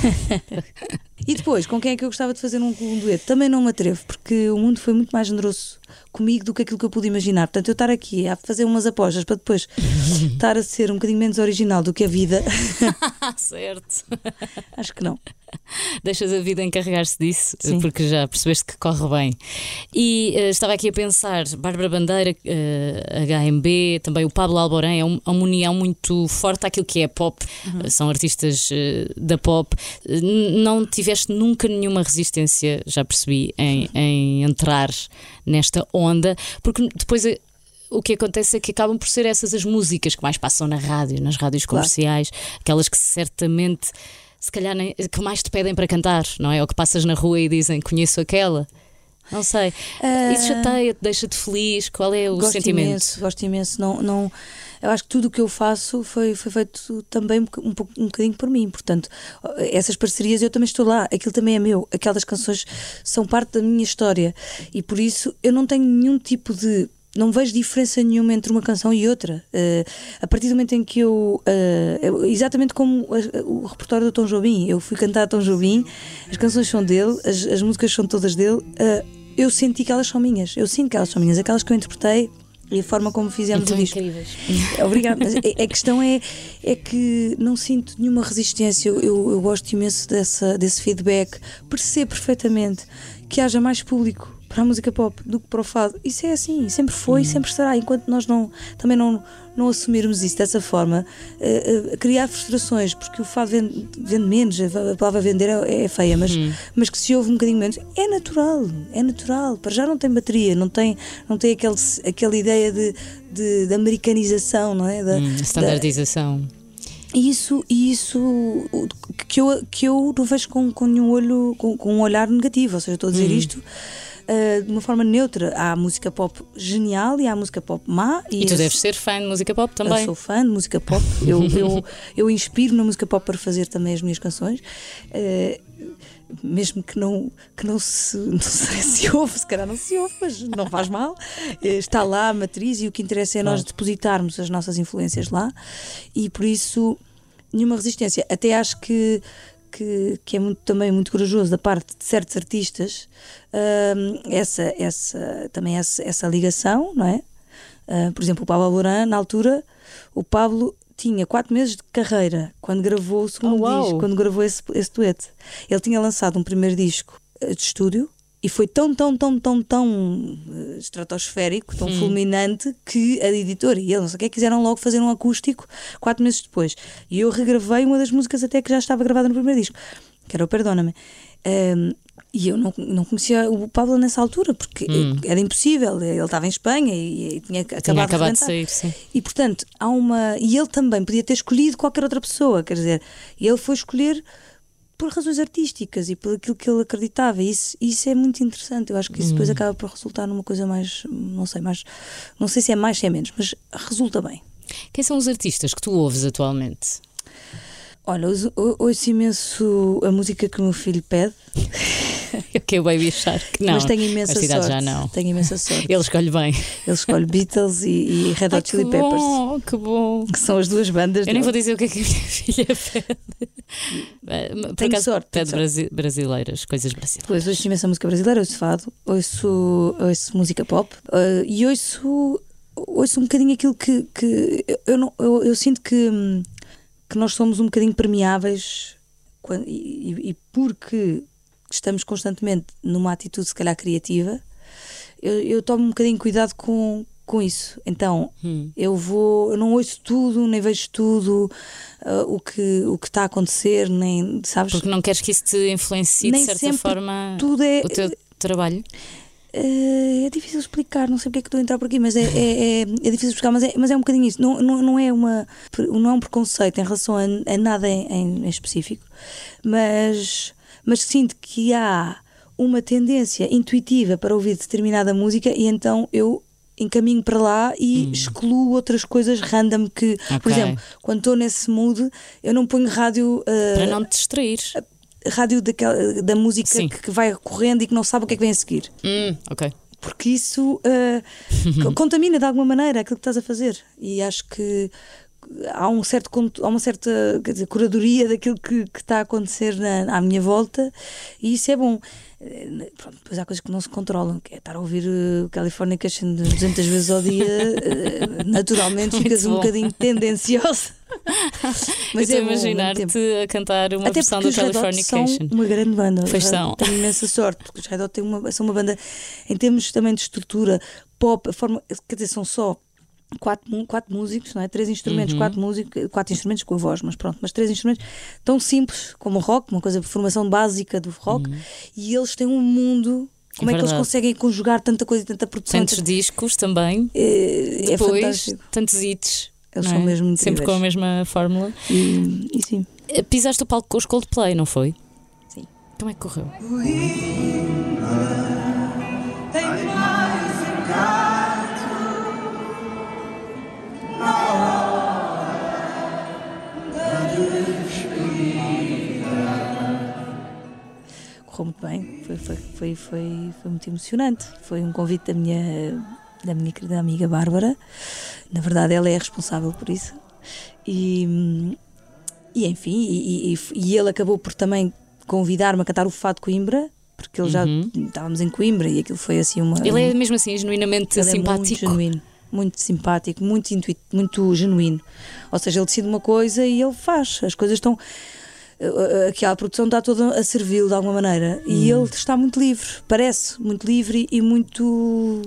E depois, com quem é que eu gostava de fazer um dueto? Também não me atrevo, porque o mundo foi muito mais generoso comigo do que aquilo que eu pude imaginar. Portanto, eu estar aqui a fazer umas apostas para depois estar a ser um bocadinho menos original do que a vida. Certo. Acho que não. Deixas a vida encarregar-se disso, Sim. porque já percebeste que corre bem. E estava aqui a pensar, Bárbara Bandeira, HMB, também o Pablo Alborán, é uma união muito forte àquilo que é pop. São artistas da pop. Não tiveste nunca nenhuma resistência, já percebi, em entrar nesta onda, porque depois o que acontece é que acabam por ser essas as músicas que mais passam na rádio, nas rádios comerciais, aquelas que certamente, se calhar, que mais te pedem para cantar, não é? Ou que passas na rua e dizem, conheço aquela. Não sei. Isso chateia-te, deixa-te feliz? Qual é o sentimento? Gosto imenso. Não, eu acho que tudo o que eu faço foi feito também um bocadinho por mim. Portanto, essas parcerias eu também estou lá. Aquilo também é meu. Aquelas canções são parte da minha história. E por isso eu não tenho nenhum tipo de... Não vejo diferença nenhuma entre uma canção e outra. A partir do momento em que exatamente como o repertório do Tom Jobim, eu fui cantar a Tom Jobim, as canções são dele, as músicas são todas dele, eu senti que elas são minhas. Eu sinto que elas são minhas, aquelas que eu interpretei e a forma como fizemos o disco. Incríveis. Obrigada. Mas a questão é que não sinto nenhuma resistência. Eu gosto imenso desse feedback. Percebo perfeitamente que haja mais público para a música pop do que para o fado. Isso é assim, sempre foi e sempre será. Enquanto nós também não assumirmos isso dessa forma, criar frustrações, porque o fado vende menos, a palavra vender é feia, mas que se ouve um bocadinho menos, é natural. Para já não tem bateria, não tem aquela ideia de americanização, não é? Standardização. E isso que eu não vejo com nenhum olho, com um olhar negativo. Ou seja, estou a dizer isto de uma forma neutra. Há música pop genial e há música pop má. E tu deves ser fã de música pop também. Eu sou fã de música pop. Eu inspiro na música pop para fazer também as minhas canções. Mesmo que não sei se ouve, se calhar não se ouve, mas não faz mal. Está lá a matriz e o que interessa é nós depositarmos as nossas influências lá, e por isso nenhuma resistência. Até acho que é também muito corajoso da parte de certos artistas essa ligação, não é? Por exemplo, o Pablo Alborán, na altura, o Pablo tinha 4 meses de carreira quando gravou o segundo disco, quando gravou esse dueto. Ele tinha lançado um primeiro disco de estúdio e foi tão estratosférico, tão fulminante, que a editora e ele, não sei o que, quiseram logo fazer um acústico 4 meses depois. E eu regravei uma das músicas até que já estava gravada no primeiro disco, que era o Perdóname. E eu não conhecia o Pablo nessa altura, porque era impossível. Ele estava em Espanha e tinha acabado de sair, sim. E portanto, e ele também podia ter escolhido qualquer outra pessoa, quer dizer, ele foi escolher por razões artísticas e por aquilo que ele acreditava. Isso é muito interessante. Eu acho que isso depois acaba por resultar numa coisa mais, não sei se é mais, se é menos, mas resulta bem. Quem são os artistas que tu ouves atualmente? Olha, ouço imenso a música que o meu filho pede. Que o Baby Shark. Não, mas tenho imensa esta idade sorte. já não. Tenho imensa sorte. Ele escolhe bem. Ele escolhe Beatles e Red Hot Chili Peppers. Que bom. Que são as duas bandas. Eu nem vou dizer o que é que a minha filha pede. Por Tenho acaso sorte, pede tenho sorte. brasileiras, coisas brasileiras. Pois, ouço imensa música brasileira, ouço fado, ouço música pop e ouço um bocadinho aquilo que eu sinto que nós somos um bocadinho permeáveis e porque estamos constantemente numa atitude se calhar criativa, eu tomo um bocadinho cuidado com isso. Então eu não ouço tudo, nem vejo tudo o que está a acontecer, nem, sabes? Porque não queres que isso te influencie Nem de certa sempre forma tudo é, o teu trabalho? É difícil explicar, não sei porque é que estou a entrar por aqui, mas é difícil explicar, mas é um bocadinho isso. Não é um preconceito em relação a nada em específico, mas sinto que há uma tendência intuitiva para ouvir determinada música e então eu encaminho para lá e excluo outras coisas random que, por exemplo, quando estou nesse mood, eu não ponho rádio para não te distrair. Rádio da música que vai correndo e que não sabe o que é que vem a seguir. Ok. Porque isso contamina de alguma maneira aquilo que estás a fazer. E acho que há uma certa quer dizer, curadoria daquilo que está a acontecer à minha volta e isso é bom. Pronto, depois há coisas que não se controlam, que é estar a ouvir Californication 200 vezes ao dia, naturalmente ficas um bocadinho tendenciosa. Mas estou a imaginar-te a cantar uma até versão do Red Hot Californication. são uma grande banda. Pois são. Tenho imensa sorte, porque os Red Hot são uma banda em termos também de estrutura, pop, a forma, quer dizer, são só quatro músicos, não é? 3 instrumentos, 4 instrumentos com a voz, mas 3 instrumentos tão simples como o rock, uma coisa de formação básica do rock, e eles têm um mundo. Como é que eles conseguem conjugar tanta coisa e tanta produção? Tantos discos também, depois fantástico. Tantos hits. Eles são mesmo incríveis. Sempre com a mesma fórmula. E sim. Pisaste o palco com os Coldplay, não foi? Sim. Como é que correu? Correu muito bem, foi muito emocionante. Foi um convite da minha querida amiga Bárbara. Na verdade ela é a responsável por isso e enfim, e ele acabou por também convidar-me a cantar o Fado de Coimbra, porque ele já estávamos em Coimbra e aquilo foi assim Ele é mesmo assim genuinamente simpático. É muito genuíno, muito simpático, muito intuitivo, muito genuíno. Ou seja, ele decide uma coisa e ele faz, as coisas estão, aquela produção está toda a servi-lo de alguma maneira e ele está muito livre, parece muito livre e muito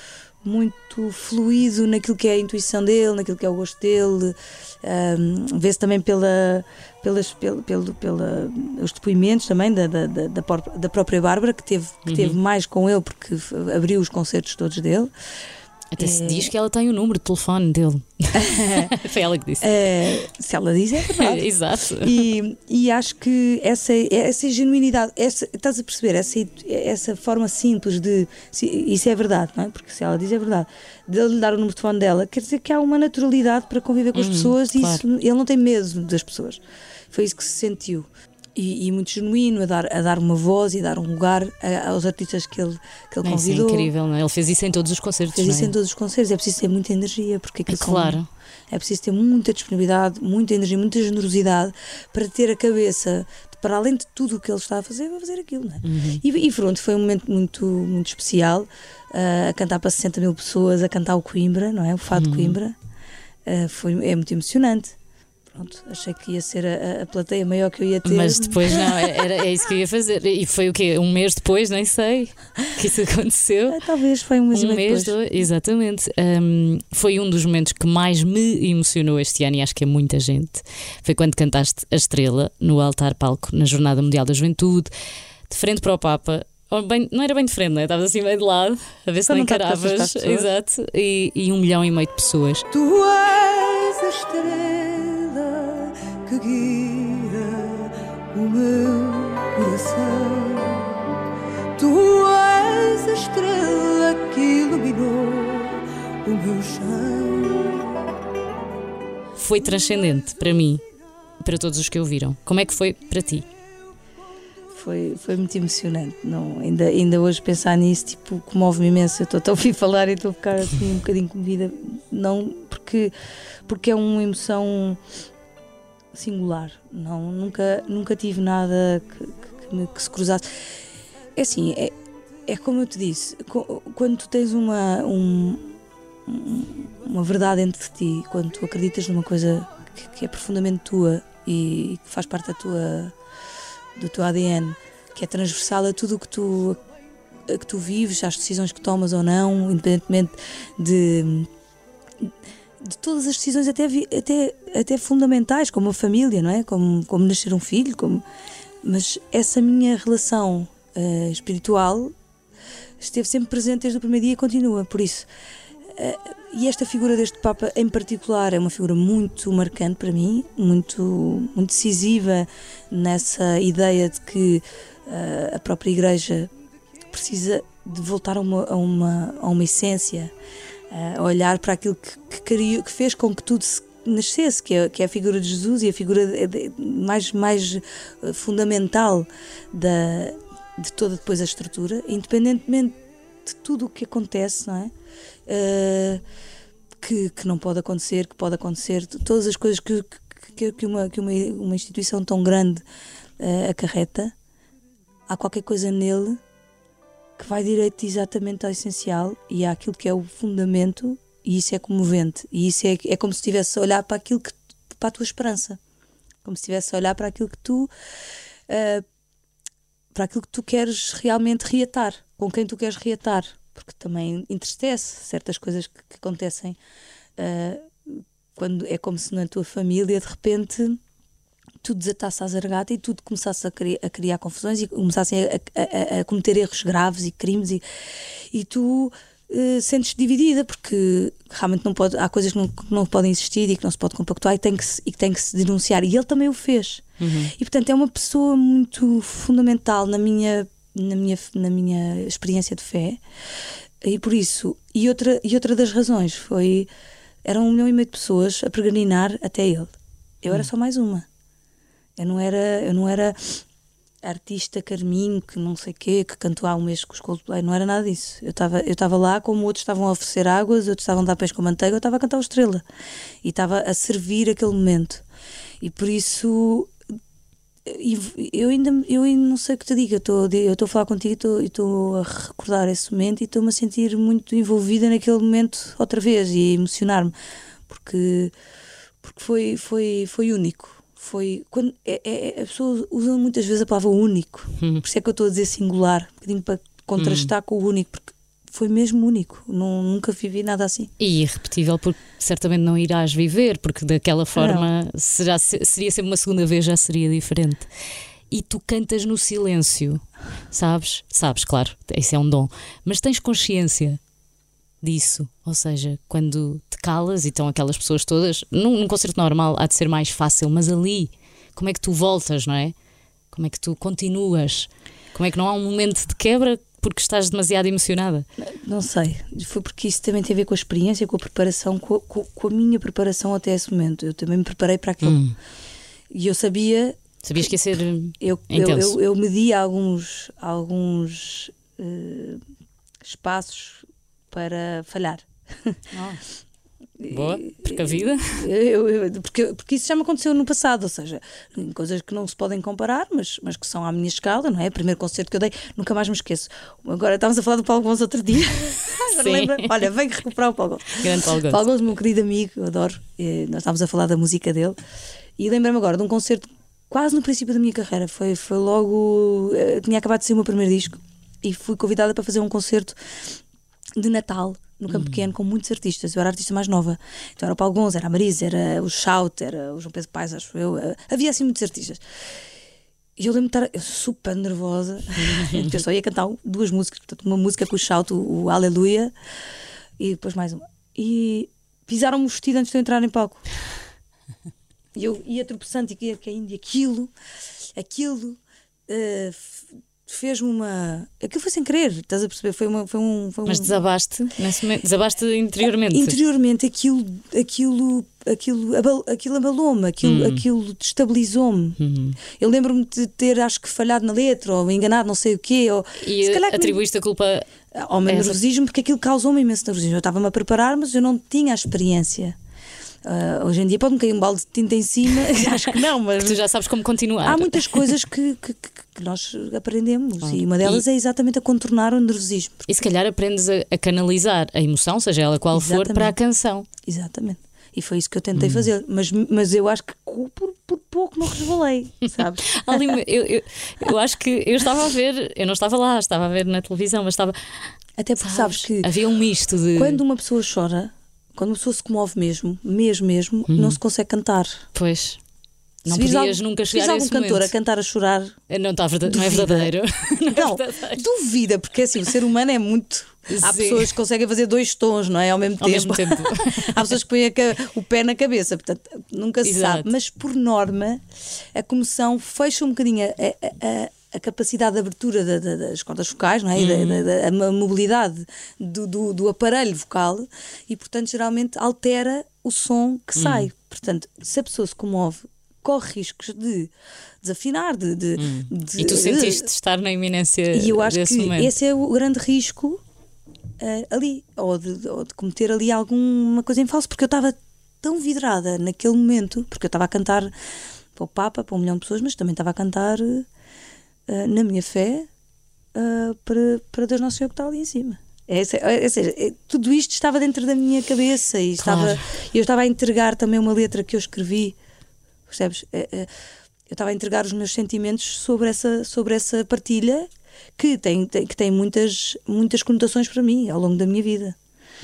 fluido naquilo que é a intuição dele, naquilo que é o gosto dele. Vê-se também pelos depoimentos também da própria Bárbara, que teve mais com ele porque abriu os concertos todos dele. Até se diz que ela tem o número de telefone dele. Foi ela que disse. Se ela diz, é verdade. Exato. E acho que essa genuinidade, estás a perceber, essa forma simples de. Isso é verdade, não é? Porque se ela diz, é verdade. De ele lhe dar o número de telefone dela, quer dizer que há uma naturalidade para conviver com as pessoas e claro. isso, ele não tem medo das pessoas. Foi isso que se sentiu. E muito genuíno, a dar uma voz e a dar um lugar aos artistas que ele convidou. Isso é incrível, não é? Ele fez isso em todos os concertos. Fez isso em todos os concertos. É preciso ter muita energia, porque claro. É preciso ter muita disponibilidade, muita energia, muita generosidade para ter a cabeça, para além de tudo o que ele está a fazer, vai fazer aquilo, não é? E pronto, foi um momento muito, muito especial, a cantar para 60 mil pessoas, a cantar o Coimbra, não é? O Fado de Coimbra. É muito emocionante. Pronto, achei que ia ser a plateia maior que eu ia ter. Mas depois não, é isso que eu ia fazer. E foi o quê? Um mês depois, nem sei, que isso aconteceu. Talvez foi um mês depois. Exatamente. Foi um dos momentos que mais me emocionou este ano, e acho que é muita gente. Foi quando cantaste a Estrela no altar palco na Jornada Mundial da Juventude, de frente para o Papa. Não era bem de frente, não é? Estavas assim meio de lado, a ver se não encaravas. Exato. E 1,5 milhão de pessoas. Tu és a estrela que guia o meu coração. Tu és a estrela que iluminou o meu chão. Foi transcendente para mim, para todos os que ouviram. Como é que foi para ti? Foi muito emocionante. Não, ainda hoje pensar nisso, tipo, comove-me imenso. Eu estou a ouvir falar e estou a ficar assim um bocadinho comovida. Não, porque é uma emoção singular. Não, nunca tive nada que se cruzasse. É assim, é como eu te disse, quando tu tens uma verdade entre ti, quando tu acreditas numa coisa que é profundamente tua e que faz parte do teu ADN, que é transversal a tudo o que tu vives, às decisões que tomas ou não, independentemente de todas as decisões até fundamentais, como a família, não é? Como nascer um filho, mas essa minha relação espiritual esteve sempre presente desde o primeiro dia e continua, por isso. E esta figura deste Papa em particular é uma figura muito marcante para mim, muito decisiva nessa ideia de que a própria Igreja precisa de voltar a uma essência, a olhar para aquilo que fez com que tudo nascesse, que é a figura de Jesus e a figura mais fundamental de toda depois a estrutura, independentemente de tudo o que acontece, não é? Que não pode acontecer, que pode acontecer, todas as coisas que uma instituição tão grande acarreta, há qualquer coisa nele que vai direito exatamente ao essencial e àquilo que é o fundamento, e isso é comovente, e isso é como se estivesse a olhar para a tua esperança, como se estivesse a olhar para aquilo que tu queres realmente reatar, com quem tu queres reatar, porque também entristece certas coisas que acontecem quando é como se na tua família de repente tudo desatasse à zargata e tudo começasse a criar confusões e começassem a cometer erros graves e crimes e tu sentes dividida, porque realmente não pode, há coisas que não podem existir e que não se pode compactuar e que tem que se denunciar, e ele também o fez. E portanto é uma pessoa muito fundamental na minha experiência de fé, e por isso, e outra das razões foi, eram 1,5 milhão de pessoas a peregrinar até ele. Eu era só mais uma. Eu não era artista Carminho, que não sei quê, que cantou há um mês com os Coldplay, não era nada disso. Eu estava lá como outros estavam a oferecer águas, outros estavam a dar peixe com manteiga, eu estava a cantar o Estrela e estava a servir aquele momento. E por isso eu ainda não sei o que te digo. Eu estou a falar contigo e estou a recordar esse momento e estou-me a sentir muito envolvida naquele momento outra vez e a emocionar-me, porque foi único. Foi quando as pessoas usam muitas vezes a palavra único, por isso é que eu estou a dizer singular, um bocadinho para contrastar com o único, porque foi mesmo único, nunca vivi nada assim. E irrepetível, porque certamente não irás viver, porque daquela forma seria sempre uma segunda vez, já seria diferente. E tu cantas no silêncio, sabes, claro, isso é um dom, mas tens consciência disso, ou seja, quando te calas e estão aquelas pessoas todas, num concerto normal há de ser mais fácil, mas ali, como é que tu voltas, não é? Como é que tu continuas? Como é que não há um momento de quebra porque estás demasiado emocionada? Não sei, foi porque isso também tem a ver com a experiência, com a preparação, com a minha preparação até esse momento. Eu também me preparei para aquilo e eu sabia... Sabias que ia ser intenso? Eu medi alguns espaços para falhar. Boa, precavida. Porque isso já me aconteceu no passado, ou seja, coisas que não se podem comparar, mas que são à minha escala, não é? O primeiro concerto que eu dei, nunca mais me esqueço. Agora estávamos a falar do Paulo Gonçalves outro dia. Lembra? Olha, venho recuperar o Paulo Gonçalves. Grande Paulo Gonçalves. Paulo Gonçalves, meu querido amigo, eu adoro. Nós estávamos a falar da música dele e lembrei-me agora de um concerto quase no princípio da minha carreira. Foi logo. Tinha acabado de sair o meu primeiro disco e fui convidada para fazer um concerto de Natal no Campo Pequeno com muitos artistas. Eu era a artista mais nova, então era o Paulo Gonçalves, era a Marisa, era o Shout, era o João Pedro Paes, acho eu. Havia assim muitos artistas e eu lembro de estar super nervosa porque eu só ia cantar 2 músicas, portanto uma música com o Shout, o Aleluia, e depois mais uma, e pisaram-me o vestido antes de eu entrar em palco e eu ia tropeçando e ia caindo, e aquilo fez-me uma. Aquilo foi sem querer, estás a perceber? Foi um. Mas desabaste nesse momento? Desabaste interiormente? Interiormente, aquilo abalou-me, aquilo destabilizou-me. Eu lembro-me de ter, acho que, falhado na letra, ou enganado, não sei o quê. E atribuíste a culpa ao meu nervosismo, porque aquilo causou-me imenso nervosismo. Eu estava-me a preparar, mas eu não tinha a experiência. Hoje em dia pode-me cair um balde de tinta em cima, acho que não, mas tu já sabes como continuar. Há muitas coisas que nós aprendemos e uma delas é exatamente a contornar o nervosismo. E se calhar aprendes a canalizar a emoção, seja ela qual for, para a canção. Exatamente. E foi isso que eu tentei fazer, mas eu acho que por pouco não resvalei, sabes? Eu acho que eu estava a ver, eu não estava lá, estava a ver na televisão, mas estava. Até porque sabes que havia um misto de. Quando uma pessoa chora, quando uma pessoa se comove mesmo, não se consegue cantar. Pois. Não podias nunca chegar a esse algum cantor momento. A cantar a chorar. Não é verdadeiro. Não, duvida, porque assim, o ser humano é muito. Há pessoas que conseguem fazer 2 tons, não é? Ao mesmo tempo. Há pessoas que põem o pé na cabeça, portanto, nunca se sabe. Mas por norma, a comoção fecha um bocadinho a capacidade de abertura das cordas vocais, não é? A mobilidade do aparelho vocal e, portanto, geralmente altera o som que sai. Portanto, se a pessoa se comove, corre riscos de desafinar, E tu sentiste estar na iminência desse momento. E eu acho que esse é o grande risco ali, ou de cometer ali alguma coisa em falso, porque eu estava tão vidrada naquele momento, porque eu estava a cantar para o Papa, para 1 milhão de pessoas, mas também estava a cantar na minha fé para Deus Nosso Senhor que está ali em cima. Tudo isto estava dentro da minha cabeça e eu estava a entregar também uma letra que eu escrevi, percebes? Eu estava a entregar os meus sentimentos sobre essa partilha que tem muitas conotações para mim ao longo da minha vida.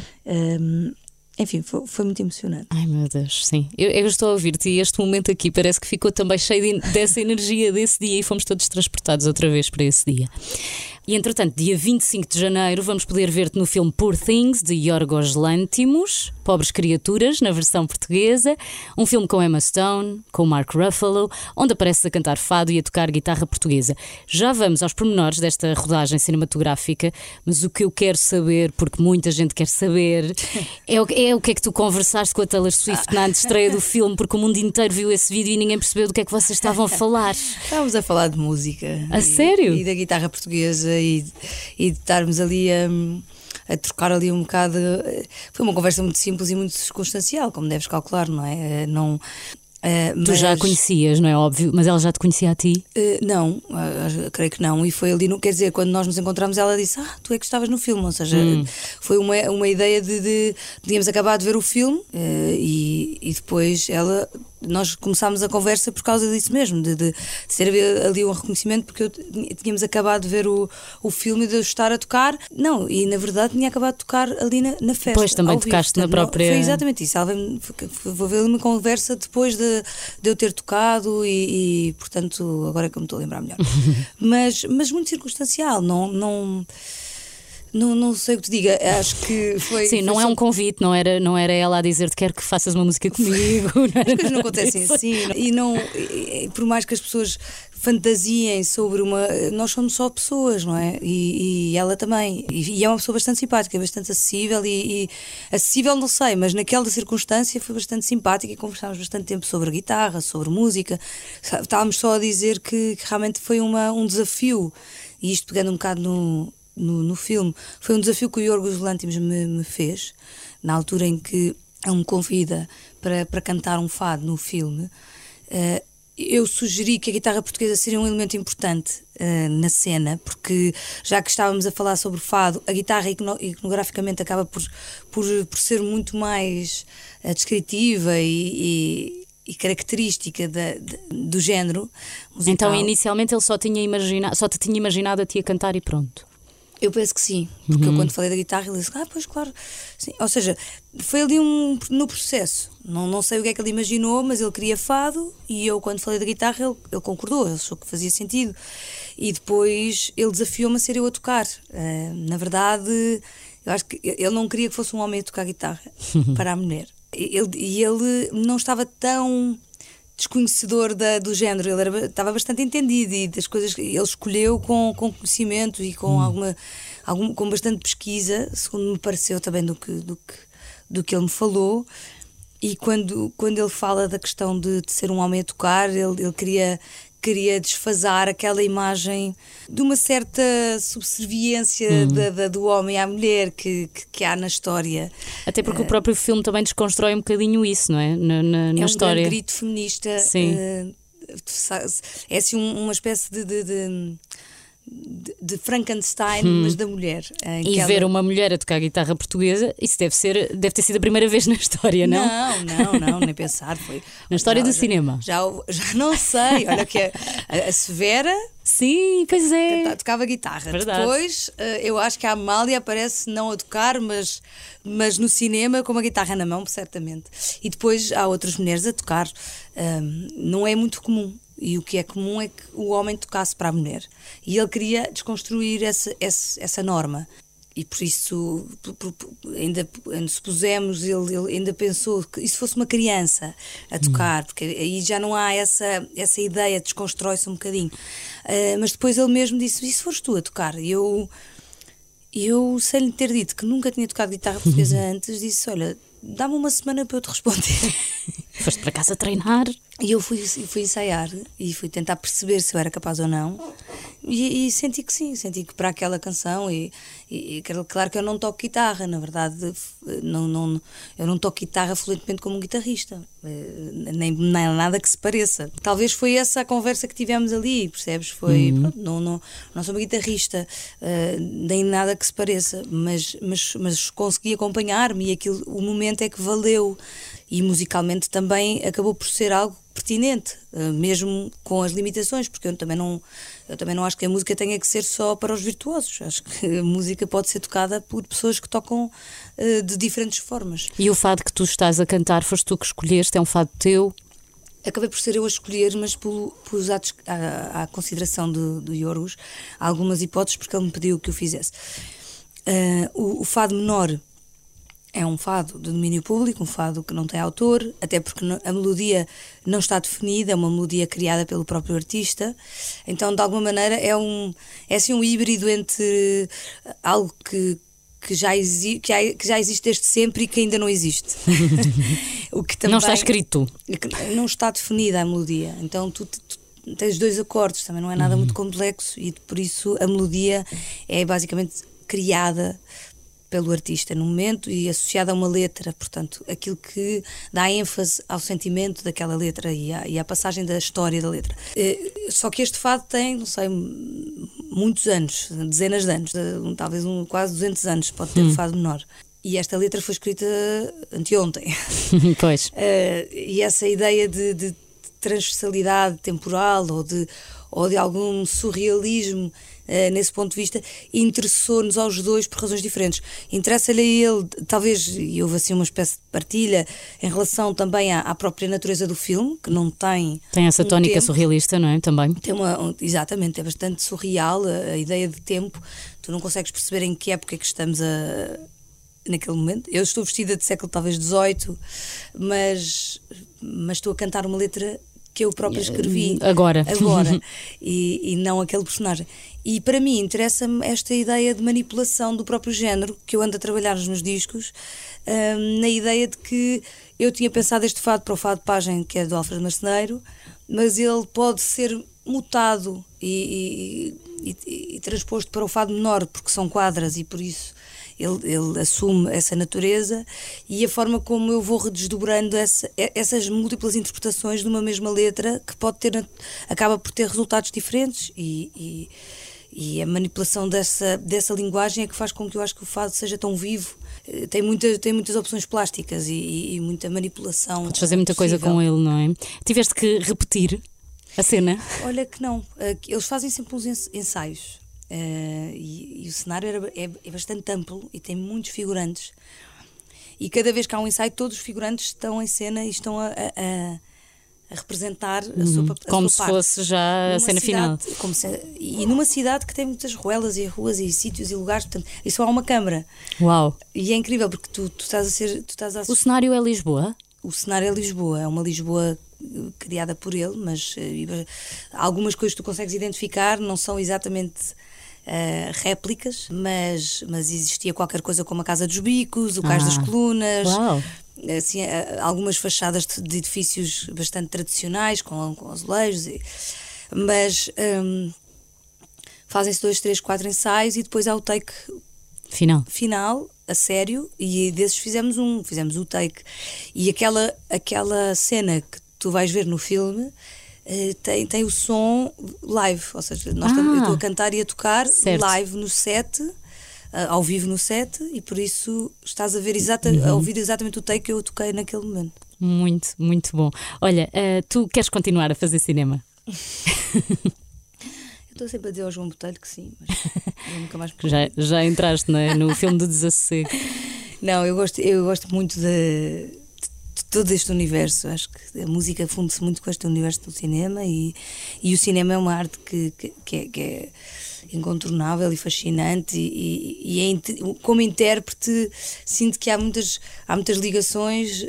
Enfim, foi muito emocionante. Ai meu Deus, sim. Eu estou a ouvir-te e este momento aqui parece que ficou também cheio dessa energia desse dia e fomos todos transportados outra vez para esse dia. E entretanto, dia 25 de janeiro vamos poder ver-te no filme Poor Things, de Yorgos Lanthimos, Pobres Criaturas, na versão portuguesa. Um filme com Emma Stone, com Mark Ruffalo, onde apareces a cantar fado e a tocar guitarra portuguesa. Já vamos aos pormenores desta rodagem cinematográfica, mas o que eu quero saber, porque muita gente quer saber, é o que é que tu conversaste com a Taylor Swift na estreia do filme, porque o mundo inteiro viu esse vídeo e ninguém percebeu do que é que vocês estavam a falar. Estávamos a falar de música. A sério? E da guitarra portuguesa e de estarmos ali a trocar ali um bocado. Foi uma conversa muito simples e muito circunstancial, como deves calcular, não é? Tu já a conhecias, não é óbvio, mas ela já te conhecia a ti? Não, creio que não. E foi ali, quer dizer, quando nós nos encontramos, ela disse: tu é que estavas no filme. Ou seja, foi uma ideia de tínhamos acabado de ver o filme e depois nós começámos a conversa por causa disso mesmo, de ser ali um reconhecimento, porque tínhamos acabado de ver o filme e de eu estar a tocar. Não, e na verdade tinha acabado de tocar ali na festa. Depois também tocaste na própria. Foi exatamente isso. Vou ver ali uma conversa depois de eu ter tocado e portanto, agora é que eu me estou a lembrar melhor. mas muito circunstancial, não sei o que te diga, acho que foi. Sim, não é um convite, não era ela a dizer-te quero que faças uma música comigo. As coisas não acontecem assim. E por mais que as pessoas fantasiem sobre nós somos só pessoas, não é? E ela também. E é uma pessoa bastante simpática, bastante acessível e acessível, não sei, mas naquela circunstância foi bastante simpática e conversámos bastante tempo sobre guitarra, sobre música. Estávamos só a dizer que realmente foi um desafio, e isto pegando um bocado no filme, foi um desafio que o Yorgos Lanthimos me fez, na altura em que ele me convida para cantar um fado no filme. Eu sugeri que a guitarra portuguesa seria um elemento importante na cena, porque já que estávamos a falar sobre fado, a guitarra iconograficamente acaba por ser muito mais descritiva e característica do género musical. Então inicialmente ele só te tinha imaginado a ti a cantar e pronto. Eu penso que sim, porque eu quando falei da guitarra ele disse, pois claro, sim. Ou seja, foi ali no processo, não sei o que é que ele imaginou, mas ele queria fado e eu quando falei da guitarra ele concordou, ele achou que fazia sentido e depois ele desafiou-me a ser eu a tocar. Na verdade, eu acho que ele não queria que fosse um homem a tocar guitarra para a mulher, ele não estava tão desconhecedor do género, ele estava bastante entendido e das coisas que ele escolheu com conhecimento e com com bastante pesquisa, segundo me pareceu também do que ele me falou. E quando ele fala da questão de ser um homem a tocar, ele queria desfasar aquela imagem de uma certa subserviência do homem à mulher que há na história. Até porque o próprio filme também desconstrói um bocadinho isso, não é? Na história. É um grande grito feminista. Sim. É assim uma espécie de Frankenstein, mas da mulher. E ver uma mulher a tocar guitarra portuguesa, isso deve ter sido a primeira vez na história, não? Não, nem pensar. Foi na história do cinema. Já não sei. Olha que a Severa. Sim, pois é. Tocava guitarra. Verdade. Depois, eu acho que a Amália aparece não a tocar, mas no cinema com uma guitarra na mão, certamente. E depois há outras mulheres a tocar. Não é muito comum. E o que é comum é que o homem tocasse para a mulher. E ele queria desconstruir essa norma. E por isso, ainda supusemos, ele ainda pensou que isso fosse uma criança a tocar, porque aí já não há essa ideia, desconstrói-se um bocadinho. Mas depois ele mesmo disse: e se fores tu a tocar? E eu, sem lhe ter dito que nunca tinha tocado guitarra portuguesa antes, disse: olha, dá-me uma semana para eu te responder. Foste para casa treinar? E eu fui ensaiar e fui tentar perceber se eu era capaz ou não. E senti que sim, senti que para aquela canção, e claro que eu não toco guitarra, na verdade, eu não toco guitarra fluentemente como um guitarrista, nem nada que se pareça. Talvez foi essa a conversa que tivemos ali, percebes? Foi, pronto, não sou uma guitarrista, nem nada que se pareça, mas consegui acompanhar-me e o momento é que valeu. E musicalmente também acabou por ser algo pertinente, mesmo com as limitações, porque eu também não acho que a música tenha que ser só para os virtuosos. Acho que a música pode ser tocada por pessoas que tocam de diferentes formas. E o fado que tu estás a cantar, foste tu que escolheste, é um fado teu? Acabei por ser eu a escolher, mas pus à consideração do Yorgos algumas hipóteses, porque ele me pediu que o fizesse. O fado menor é um fado de domínio público, um fado que não tem autor, até porque a melodia não está definida, é uma melodia criada pelo próprio artista. Então, de alguma maneira, é assim um híbrido entre algo que já existe desde sempre e que ainda não existe. O que também, não está escrito. Não está definida a melodia. Então, tu tens 2 acordes, também não é nada muito complexo, e por isso a melodia é basicamente criada pelo artista no momento e associada a uma letra, portanto, aquilo que dá ênfase ao sentimento daquela letra e à passagem da história da letra. Só que este fado tem, não sei, muitos anos, dezenas de anos, talvez quase 200 anos pode ter o fado menor. E esta letra foi escrita anteontem. Pois. E essa ideia de transversalidade temporal ou de algum surrealismo nesse ponto de vista, interessou-nos aos dois por razões diferentes. Interessa-lhe a ele, talvez, e houve assim uma espécie de partilha em relação também à própria natureza do filme, que não tem... Tem essa tónica surrealista, não é? Também. Exatamente, é bastante surreal a ideia de tempo. Tu não consegues perceber em que época é que estamos naquele momento. Eu estou vestida de século talvez XVIII, mas estou a cantar uma letra que eu própria escrevi agora e não aquele personagem. E para mim interessa-me esta ideia de manipulação do próprio género que eu ando a trabalhar nos meus discos, na ideia de que eu tinha pensado este fado para o fado de pajem, que é do Alfredo Marceneiro, mas ele pode ser mutado e transposto para o fado menor, porque são quadras e por isso ele assume essa natureza, e a forma como eu vou redesdobrando essas múltiplas interpretações de uma mesma letra, que acaba por ter resultados diferentes, e a manipulação dessa linguagem é que faz com que eu acho que o fado seja tão vivo. Tem muitas opções plásticas e muita manipulação. Podes fazer muita coisa com ele, não é? Tiveste que repetir a cena? Olha que não. Eles fazem sempre uns ensaios. E o cenário é bastante amplo e tem muitos figurantes, e cada vez que há um ensaio todos os figurantes estão em cena e estão a representar a sua parte. Como se fosse já a cena final. E numa cidade que tem muitas ruelas e ruas e sítios e lugares, portanto, e só há uma câmara. Uau! E é incrível porque tu estás a O cenário é Lisboa? O cenário é Lisboa, é uma Lisboa criada por ele, mas algumas coisas que tu consegues identificar não são exatamente réplicas, mas existia qualquer coisa como a Casa dos Bicos, o Cais das Colunas, assim, algumas fachadas de edifícios bastante tradicionais, com azulejos, mas fazem-se 2, 3, 4 ensaios e depois há o take final, a sério, e desses fizemos o take. E aquela cena que tu vais ver no filme tem o som live, ou seja, eu estou a cantar e a tocar live no set, ao vivo no set, e por isso estás a ver a ouvir exatamente o take que eu toquei naquele momento. Muito, muito bom. Olha, tu queres continuar a fazer cinema? Estou sempre a dizer ao João Botelho que sim, mas eu nunca mais já entraste, não é? No filme do Desassossego. Não, eu gosto muito de todo este universo. Acho que a música funde-se muito com este universo do cinema, e o cinema é uma arte que é incontornável e fascinante, e como intérprete sinto que há muitas ligações,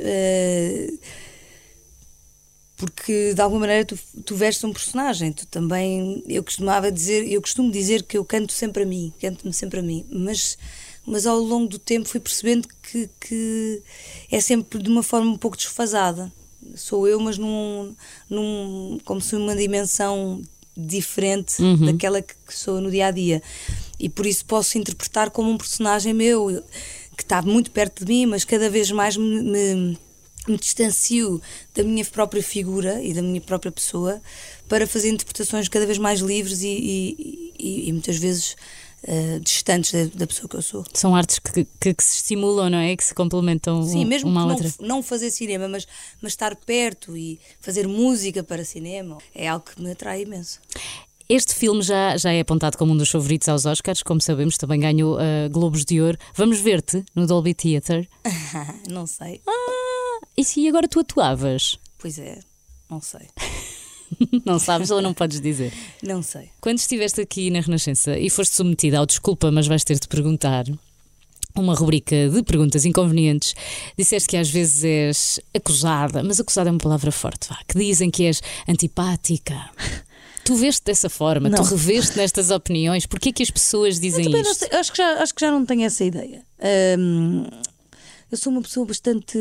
porque de alguma maneira tu vestes um personagem. Tu também, eu costumo dizer que eu canto-me sempre a mim, mas ao longo do tempo fui percebendo que é sempre de uma forma um pouco desfasada. Sou eu, mas como se uma dimensão diferente daquela que sou no dia a dia, e por isso posso interpretar como um personagem meu que está muito perto de mim, mas cada vez mais me distancio da minha própria figura e da minha própria pessoa para fazer interpretações cada vez mais livres e muitas vezes distantes da pessoa que eu sou. São artes que se estimulam, não é? Que se complementam. Sim, mesmo uma que outra. não fazer cinema, mas estar perto e fazer música para cinema é algo que me atrai imenso. Este filme já é apontado como um dos favoritos aos Oscars, como sabemos, também ganhou Globos de Ouro. Vamos ver-te no Dolby Theatre? Não sei. E se agora tu atuavas? Pois é, não sei. Não sabes ou não podes dizer? Não sei. Quando estiveste aqui na Renascença e foste submetida ao Desculpa, mas vais ter de perguntar, uma rubrica de perguntas inconvenientes, disseste que às vezes és acusada, mas acusada é uma palavra forte, que dizem que és antipática. Tu veste dessa forma? Não. Tu reveste nestas opiniões? Porquê que as pessoas dizem Eu isto? acho que já não tenho essa ideia. Eu sou uma pessoa bastante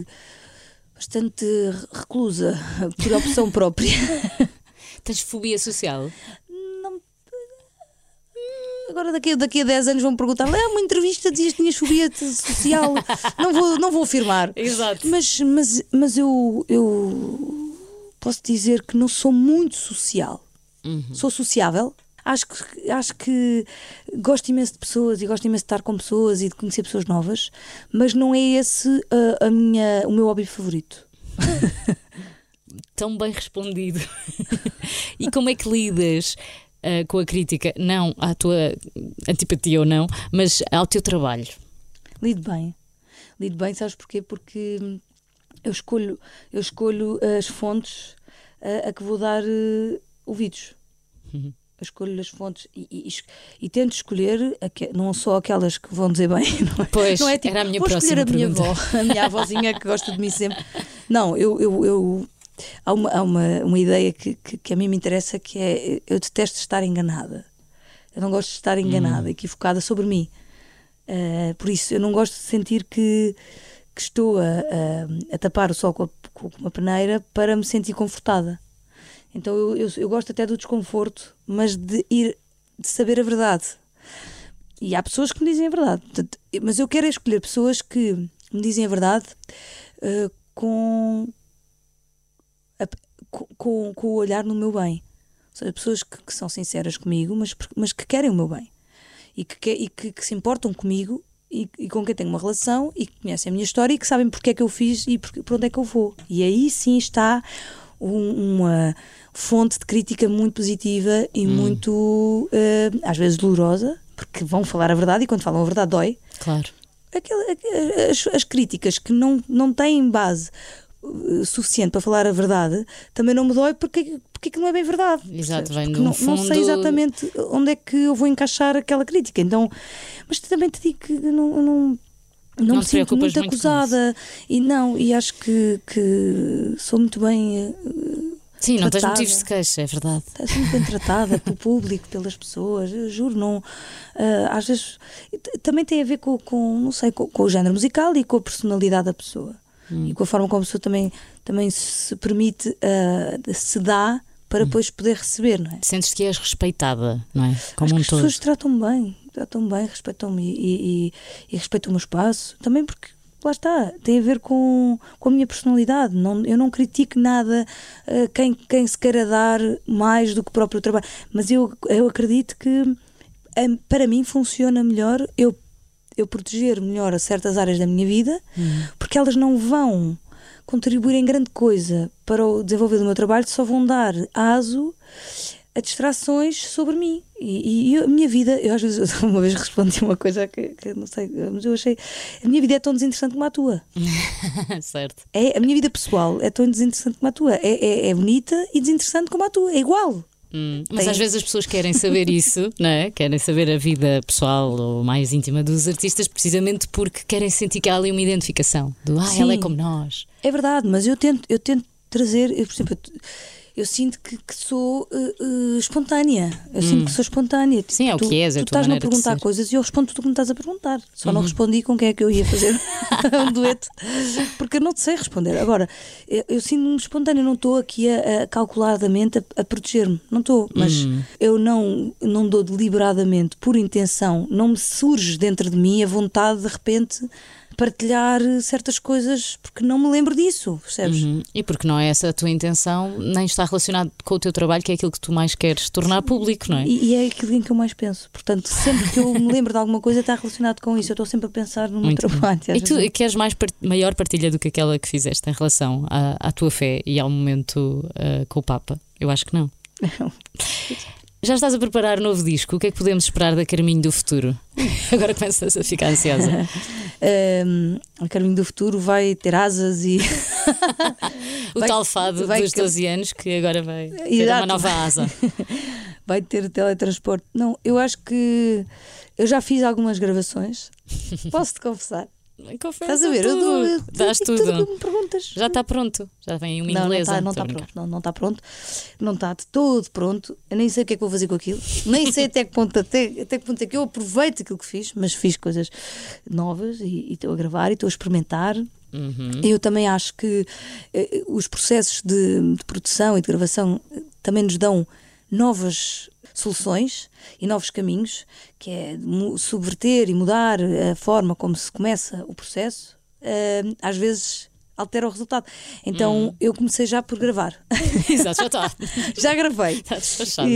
reclusa, por opção própria. Tens fobia social? Não. Agora daqui a 10 anos vão perguntar: uma entrevista dizias que tinhas fobia social. Não vou afirmar. Exato. Mas eu posso dizer que não sou muito social. Sou sociável. Acho que gosto imenso de pessoas e gosto imenso de estar com pessoas e de conhecer pessoas novas, mas não é esse o meu hobby favorito. Tão bem respondido. E como é que lidas com a crítica? Não à tua antipatia ou não, mas ao teu trabalho. Lido bem, sabes porquê? Porque eu escolho as fontes a que vou dar ouvidos. Eu escolho as fontes e tento escolher não só aquelas que vão dizer bem, não é? Pois, não é tipo, era a minha vou próxima escolher pergunta. a minha avózinha que gosta de mim sempre. Não, há uma ideia que a mim me interessa, que é: eu detesto estar enganada. Eu não gosto de estar enganada, equivocada sobre mim. Por isso, eu não gosto de sentir que estou a tapar o sol com uma peneira para me sentir confortada. Então eu gosto até do desconforto, mas de saber a verdade. E há pessoas que me dizem a verdade. Mas eu quero escolher pessoas que me dizem a verdade com o olhar no meu bem. Ou seja, pessoas que são sinceras comigo, mas que querem o meu bem. E que se importam comigo e com quem tenho uma relação e que conhecem a minha história e que sabem porque é que eu fiz e para onde é que eu vou. E aí sim está uma fonte de crítica muito positiva e muito, às vezes, dolorosa, porque vão falar a verdade e quando falam a verdade dói. Claro. As críticas que não têm base suficiente para falar a verdade também não me dói porque que não é bem verdade. Exato, vem porque de um não fundo... sei exatamente onde é que eu vou encaixar aquela crítica. Então, mas também te digo que não Não me te sinto preocupas muito muito com acusada. E acho que sou muito bem. Sim, não tens tratada. motivos de queixa, é verdade. Sou muito bem tratada pelo público, pelas pessoas, eu juro, não. Às vezes também tem a ver não sei, com o género musical e com a personalidade da pessoa. E com a forma como a pessoa também se permite, se dá para depois poder receber, não é? Sentes que és respeitada, não é? Como Acho um que as todo. pessoas tratam bem, respeitam-me e respeitam o meu espaço, também porque, lá está, tem a ver com a minha personalidade. Eu não critico nada quem se queira dar mais do que o próprio trabalho, mas eu acredito que para mim funciona melhor eu proteger melhor a certas áreas da minha vida, porque elas não vão contribuir em grande coisa para o desenvolver do meu trabalho, só vão dar aso a distrações sobre mim. E a minha vida, eu às vezes uma vez respondi uma coisa que não sei, mas eu achei, a minha vida é tão desinteressante como a tua. Certo. A minha vida pessoal é tão desinteressante como a tua. É bonita e desinteressante como a tua. É igual. Mas às vezes as pessoas querem saber isso, não é? Querem saber a vida pessoal ou mais íntima dos artistas, precisamente porque querem sentir que há ali uma identificação do ela é Sim. como nós. É verdade, mas eu tento trazer, por exemplo, eu sinto que sou espontânea. Eu sinto que sou espontânea. Sim, é o Tu- que és, é a Tu tua estás-me a maneira de perguntar ser. coisas e eu respondo tudo o que me estás a perguntar. Só não respondi com quem é que eu ia fazer um dueto, porque eu não te sei responder. Agora, eu sinto-me espontânea, não estou aqui a calculadamente a proteger-me. Não estou, mas eu não dou deliberadamente, por intenção, não me surge dentro de mim a vontade de repente partilhar certas coisas porque não me lembro disso, percebes? E porque não é essa a tua intenção, nem está relacionado com o teu trabalho, que é aquilo que tu mais queres tornar público, não é? E é aquilo em que eu mais penso. Portanto, sempre que eu me lembro de alguma coisa está relacionado com isso. Eu estou sempre a pensar no meu Muito bem. trabalho. Às E tu vezes- queres maior partilha do que aquela que fizeste em relação à tua fé e ao momento com o Papa? Eu acho que não. Já estás a preparar um novo disco? O que é que podemos esperar da Carminho do futuro? Agora começas a ficar ansiosa. O Caminho do Futuro vai ter asas e O Vai- tal fado vai dos que- 12 anos que agora vai ter uma Exato. nova asa. vai ter teletransporte. Não, eu acho que eu já fiz algumas gravações. Posso-te confessar? Confesso Estás a ver? Eu dás digo tudo. tudo o que me perguntas. Já está pronto. Já vem uma Não inglesa. está Estou a pronto. brincar. Não está pronto. Não está de todo pronto. Eu nem sei o que é que vou fazer com aquilo. Nem sei até que ponto é que eu aproveito aquilo que fiz, mas fiz coisas novas e estou a gravar e estou a experimentar. Eu também acho que os processos de produção e de gravação também nos dão novas soluções e novos caminhos, que é subverter e mudar a forma como se começa o processo. Às vezes altera o resultado. Então eu comecei já por gravar. Exato, já está. Já gravei. Está despachado.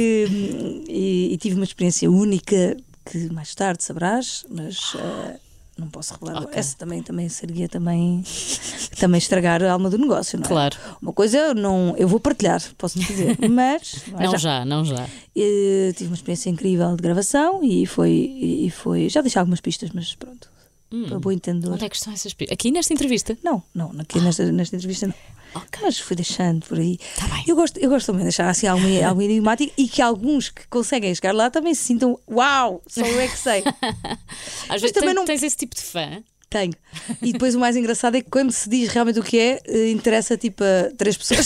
E tive uma experiência única que mais tarde saberás, mas não posso revelar. Ok. Essa também seria também estragar a alma do negócio, não é? Claro. Uma coisa eu vou partilhar, posso dizer, mas não é Não já. Tive uma experiência incrível de gravação e foi já deixei algumas pistas, mas pronto. Para bom entendedor. Onde é que estão essas pistas? Aqui nesta entrevista? Não, aqui nesta entrevista não. Ok. Mas fui deixando por aí. Tá bem. Eu gosto também de deixar assim algo enigmático e que alguns que conseguem chegar lá também se sintam uau, só eu é que sei. Às vezes também não- tens esse tipo de fã. Tenho. E depois o mais engraçado é que quando se diz realmente o que é, interessa tipo a 3 pessoas.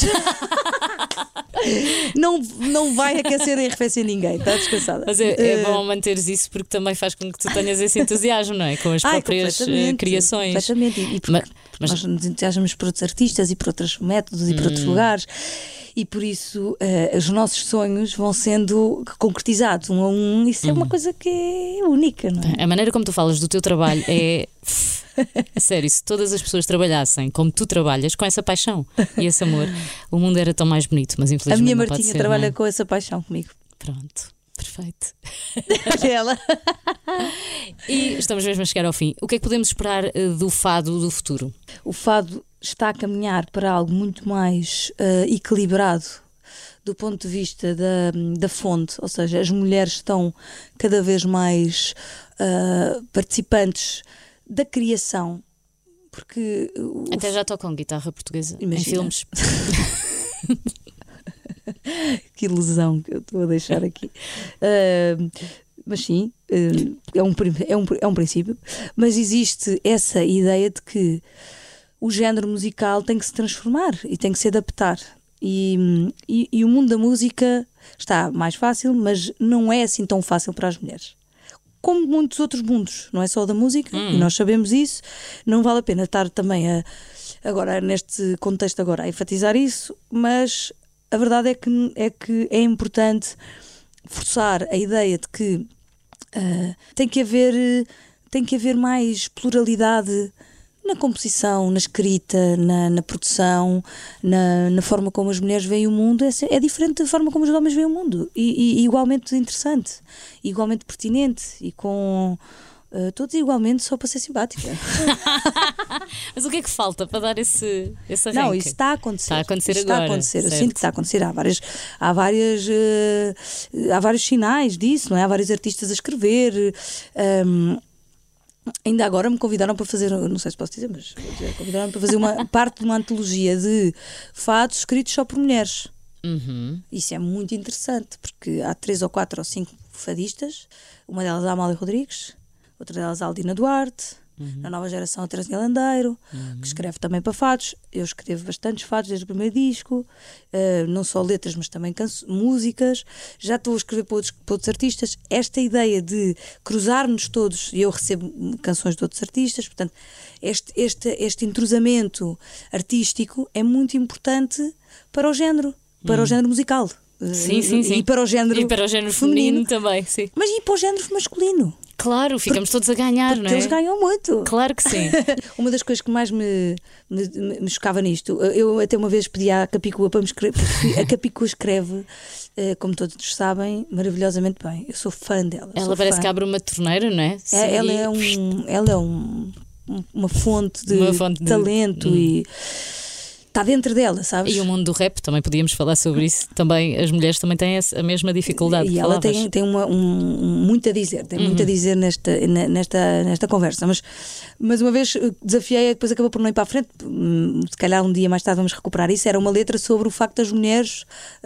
Não vai aquecer e arrefecer ninguém, está descansada. Mas é bom manteres isso porque também faz com que tu tenhas esse entusiasmo, não é? Com as próprias completamente, criações. Completamente. E porque, Mas- nós nos entusiasmamos por outros artistas e por outros métodos e por outros lugares. E por isso os nossos sonhos vão sendo concretizados um a um. Isso é uma coisa que é única, não é? A maneira como tu falas do teu trabalho é. A sério, se todas as pessoas trabalhassem como tu trabalhas, com essa paixão e esse amor, o mundo era tão mais bonito, mas A infelizmente minha não pode Martinha ser, trabalha não é? com essa paixão comigo. Pronto, perfeito. Olha ela. E estamos mesmo a chegar ao fim. O que é que podemos esperar do fado do futuro? O fado está a caminhar para algo muito mais equilibrado do ponto de vista da fonte, ou seja, as mulheres estão cada vez mais participantes da criação, porque Até já tocam guitarra portuguesa em Imagina. filmes. que ilusão que eu estou a deixar aqui. mas sim, é um princípio. Mas existe essa ideia de que o género musical tem que se transformar e tem que se adaptar. E o mundo da música está mais fácil, mas não é assim tão fácil para as mulheres. Como muitos outros mundos, não é só da música, e nós sabemos isso. Não vale a pena estar também agora neste contexto agora a enfatizar isso, mas a verdade é que é importante forçar a ideia de que tem que haver mais pluralidade na composição, na escrita, na produção, na forma como as mulheres veem o mundo. É diferente da forma como os homens veem o mundo, e igualmente interessante, igualmente pertinente, e com todos igualmente, só para ser simpática. Mas o que é que falta para dar esse arranque? Não, isso está a acontecer. Está a acontecer isso agora. Está a acontecer. Eu certo. sinto que está a acontecer. Há vários sinais disso, não é? Há vários artistas a escrever. Ainda agora me convidaram para fazer, não sei se posso dizer, mas convidaram para fazer uma parte de uma antologia de fados escritos só por mulheres. Isso é muito interessante, porque há 3 ou 4 ou 5 fadistas. Uma delas é a Amália Rodrigues, outra delas é a Aldina Duarte. Na nova geração a Terezinha Landeiro, que escreve também para fados. Eu escrevo bastantes fados desde o primeiro disco, não só letras, mas também músicas. Já estou a escrever para outros artistas. Esta ideia de cruzarmos todos, e eu recebo canções de outros artistas, portanto, este entrosamento artístico é muito importante para o género, para o género musical. Sim. E para o género feminino também, sim. Mas e para o género masculino? Claro, ficamos todos a ganhar, não é? Porque eles ganham muito. Claro que sim. Uma das coisas que mais me chocava nisto, eu até uma vez pedi à Capicua para me escrever, porque a Capicua escreve, como todos sabem, maravilhosamente bem. Eu sou fã dela. Ela parece que abre uma torneira, não é? Ela é uma fonte de talento e está dentro dela, sabes? E o mundo do rap, também podíamos falar sobre isso. Também, as mulheres também têm a mesma dificuldade. E ela tem muito a dizer, muito a dizer nesta conversa. Mas uma vez desafiei, depois acabou por não ir para a frente. Se calhar um dia mais tarde vamos recuperar isso. Era uma letra sobre o facto das mulheres,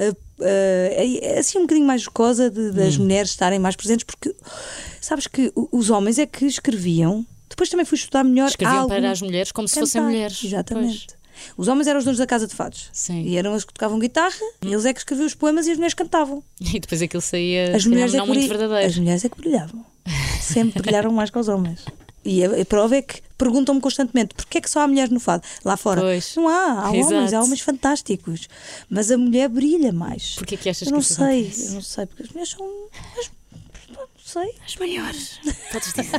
assim um bocadinho mais jocosa, das mulheres estarem mais presentes, porque sabes que os homens é que escreviam. Depois também fui estudar melhor. Escreviam para as mulheres como se fossem mulheres. Exatamente. Pois. Os homens eram os donos da casa de fados. Sim. E eram eles que tocavam guitarra, eles é que escreviam os poemas e as mulheres cantavam. E depois aquilo saía As mulheres não muito verdadeiro. As mulheres é que brilhavam. Sempre brilharam mais que os homens. E a prova é que perguntam-me constantemente: porquê é que só há mulheres no fado? Lá fora. Pois. Não há homens, há homens fantásticos. Mas a mulher brilha mais. Porquê que achas eu não que isso sei, acontece? eu não sei, porque as mulheres são. Não sei. As maiores. Podes dizer.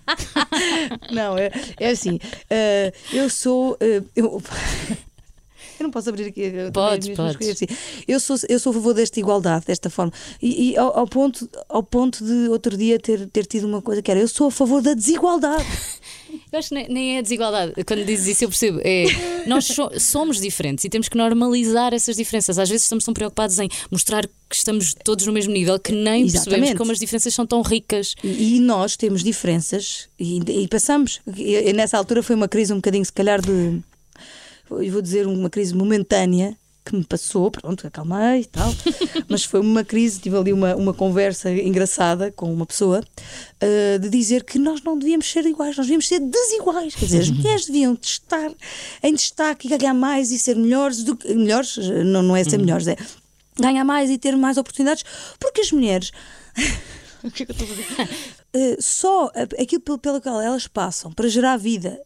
Não, é assim. Eu sou. Eu não posso abrir aqui. Podes. Assim. Eu sou a favor desta igualdade, desta forma. E ao ponto de outro dia ter tido uma coisa que era: eu sou a favor da desigualdade. Eu acho que nem é a desigualdade. Quando dizes isso eu percebo. Nós somos diferentes e temos que normalizar essas diferenças. Às vezes estamos tão preocupados em mostrar que estamos todos no mesmo nível que nem percebemos como as diferenças são tão ricas. E nós temos diferenças e passamos. E nessa altura foi uma crise um bocadinho, se calhar, eu vou dizer uma crise momentânea que me passou, pronto, acalmei e tal, mas foi uma crise, tive ali uma conversa engraçada com uma pessoa, de dizer que nós não devíamos ser iguais, nós devíamos ser desiguais, quer dizer, as mulheres deviam estar em destaque e ganhar mais e ser melhores, não é ser melhores, é ganhar mais e ter mais oportunidades, porque as mulheres... O que é que eu estou a fazer? Só aquilo pelo qual elas passam para gerar vida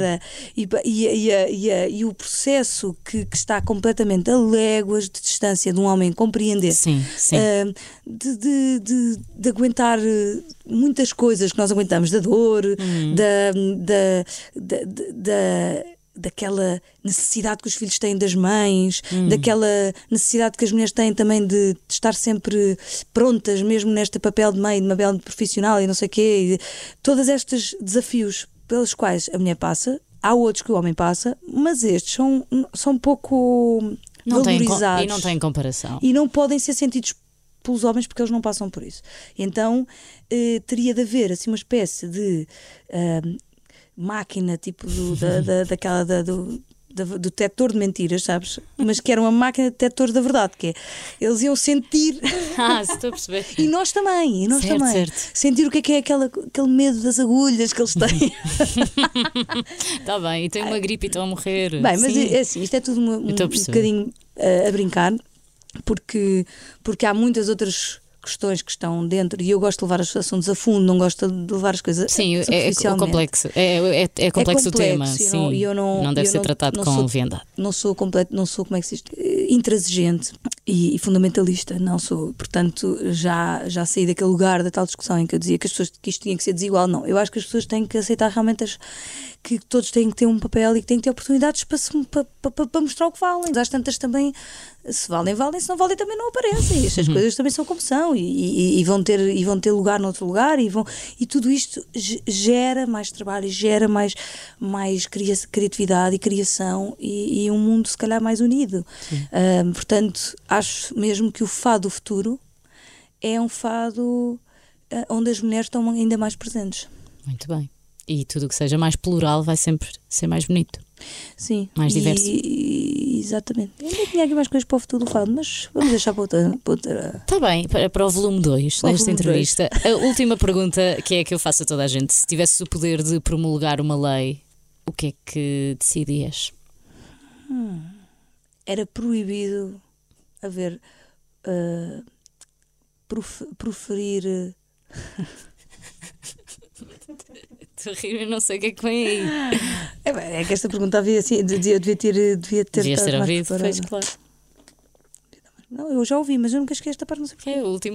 e o processo que está completamente a léguas de distância de um homem compreender, sim. De aguentar muitas coisas que nós aguentamos, da dor, daquela necessidade que os filhos têm das mães, daquela necessidade que as mulheres têm também de estar sempre prontas, mesmo neste papel de mãe, de papel de profissional e não sei o quê, todos estes desafios pelos quais a mulher passa. Há outros que o homem passa, mas estes são pouco valorizados. E não têm comparação. E não podem ser sentidos pelos homens porque eles não passam por isso. Então teria de haver assim uma espécie de máquina tipo do detector de mentiras, sabes? Mas que era uma máquina de detectores da verdade, que é, eles iam sentir, Se estou a perceber. e nós também, Certo. sentir o que é aquele medo das agulhas que eles têm. Está bem, e tem uma gripe e estão a morrer. Bem, mas Sim. é assim, isto é tudo um estou a perceber. bocadinho a brincar, porque há muitas outras questões que estão dentro, e eu gosto de levar os assuntos a fundo, não gosto de levar as coisas Sim, é superficialmente. complexo. É complexo o tema. Sim. Não deve ser tratado com leviandade. Não sou como é que se diz? Intransigente e fundamentalista, não sou. Portanto, já saí daquele lugar da tal discussão em que eu dizia que isto tinha que ser desigual. Não, eu acho que as pessoas têm que aceitar realmente que todos têm que ter um papel e que têm que ter oportunidades para mostrar o que valem. Às tantas também, se valem, se não valem também não aparecem. Estas coisas também são como são e vão ter lugar noutro lugar e tudo isto gera mais trabalho, gera mais criatividade e criação e um mundo se calhar mais unido. Portanto, acho mesmo que o fado do futuro é um fado onde as mulheres estão ainda mais presentes. Muito bem. E tudo o que seja mais plural vai sempre ser mais bonito. Sim. Mais diverso. Exatamente. Eu ainda tinha aqui mais coisas para o futuro do fado, mas vamos deixar para outra. Está bem, para o volume 2 Para o desta volume entrevista. A última pergunta, que é a que eu faço a toda a gente: se tivesses o poder de promulgar uma lei, o que é que decidias? Era proibido haver proferir. Estou a rir, eu não sei o que é que vem aí. É que esta pergunta havia assim, devia ter Devias ter estado mais ouvido, preparada. pois claro. Não, eu já ouvi, mas eu nunca esqueci esta parte, não sei Que porquê. é a última.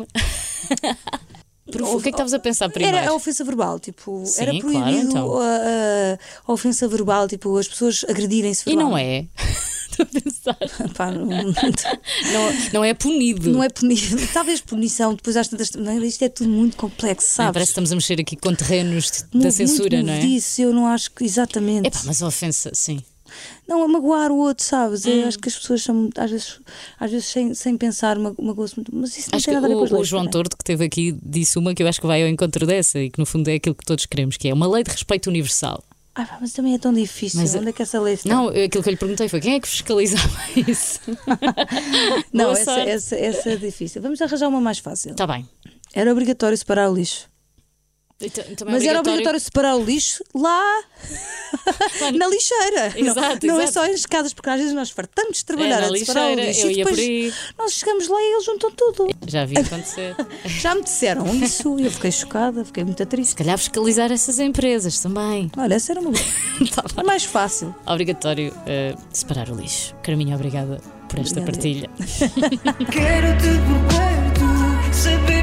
O que é que estavas a pensar primeiro? Era a ofensa verbal, tipo, Sim, era claro, proibido então. a ofensa verbal, tipo, as pessoas agredirem-se E não verbalmente. é? Estou a pensar. Pá, Não é punido. não é punição, talvez punição, depois às tantas. Não, isto é tudo muito complexo, sabes? Parece que estamos a mexer aqui com terrenos da Muito censura, não é? Disso, eu não acho que exatamente. Epá, mas a ofensa, sim. Não, é magoar o outro, sabes? Eu acho que as pessoas são, às vezes sem pensar, magoam-se muito. Mas isso não Acho tem que nada a ver com as o leis, João também. Tordo, que esteve aqui, disse uma que eu acho que vai ao encontro dessa e que no fundo é aquilo que todos queremos, que é uma lei de respeito universal. Pá, mas também é tão difícil. Mas, onde é que essa lei está? Não, aquilo que eu lhe perguntei foi quem é que fiscalizava isso? Não, Boa sorte. essa é difícil. Vamos arranjar uma mais fácil. Está bem. Era obrigatório separar o lixo. Também Mas era obrigatório separar o lixo lá na lixeira. Exato, não é exato. só em escadas, porque às vezes nós fartamos de trabalhar na a separar o lixeira, lixo eu e ia por depois aí. nós chegamos lá e eles juntam tudo. Já vi acontecer. Já me disseram isso e eu fiquei chocada, fiquei muito Se triste. calhar fiscalizar essas empresas também. Olha, essa era uma boa. Tá bem. Mais fácil. Obrigatório separar o lixo. Carminho, obrigada por esta Obrigada. partilha. Quero-te por perto, saber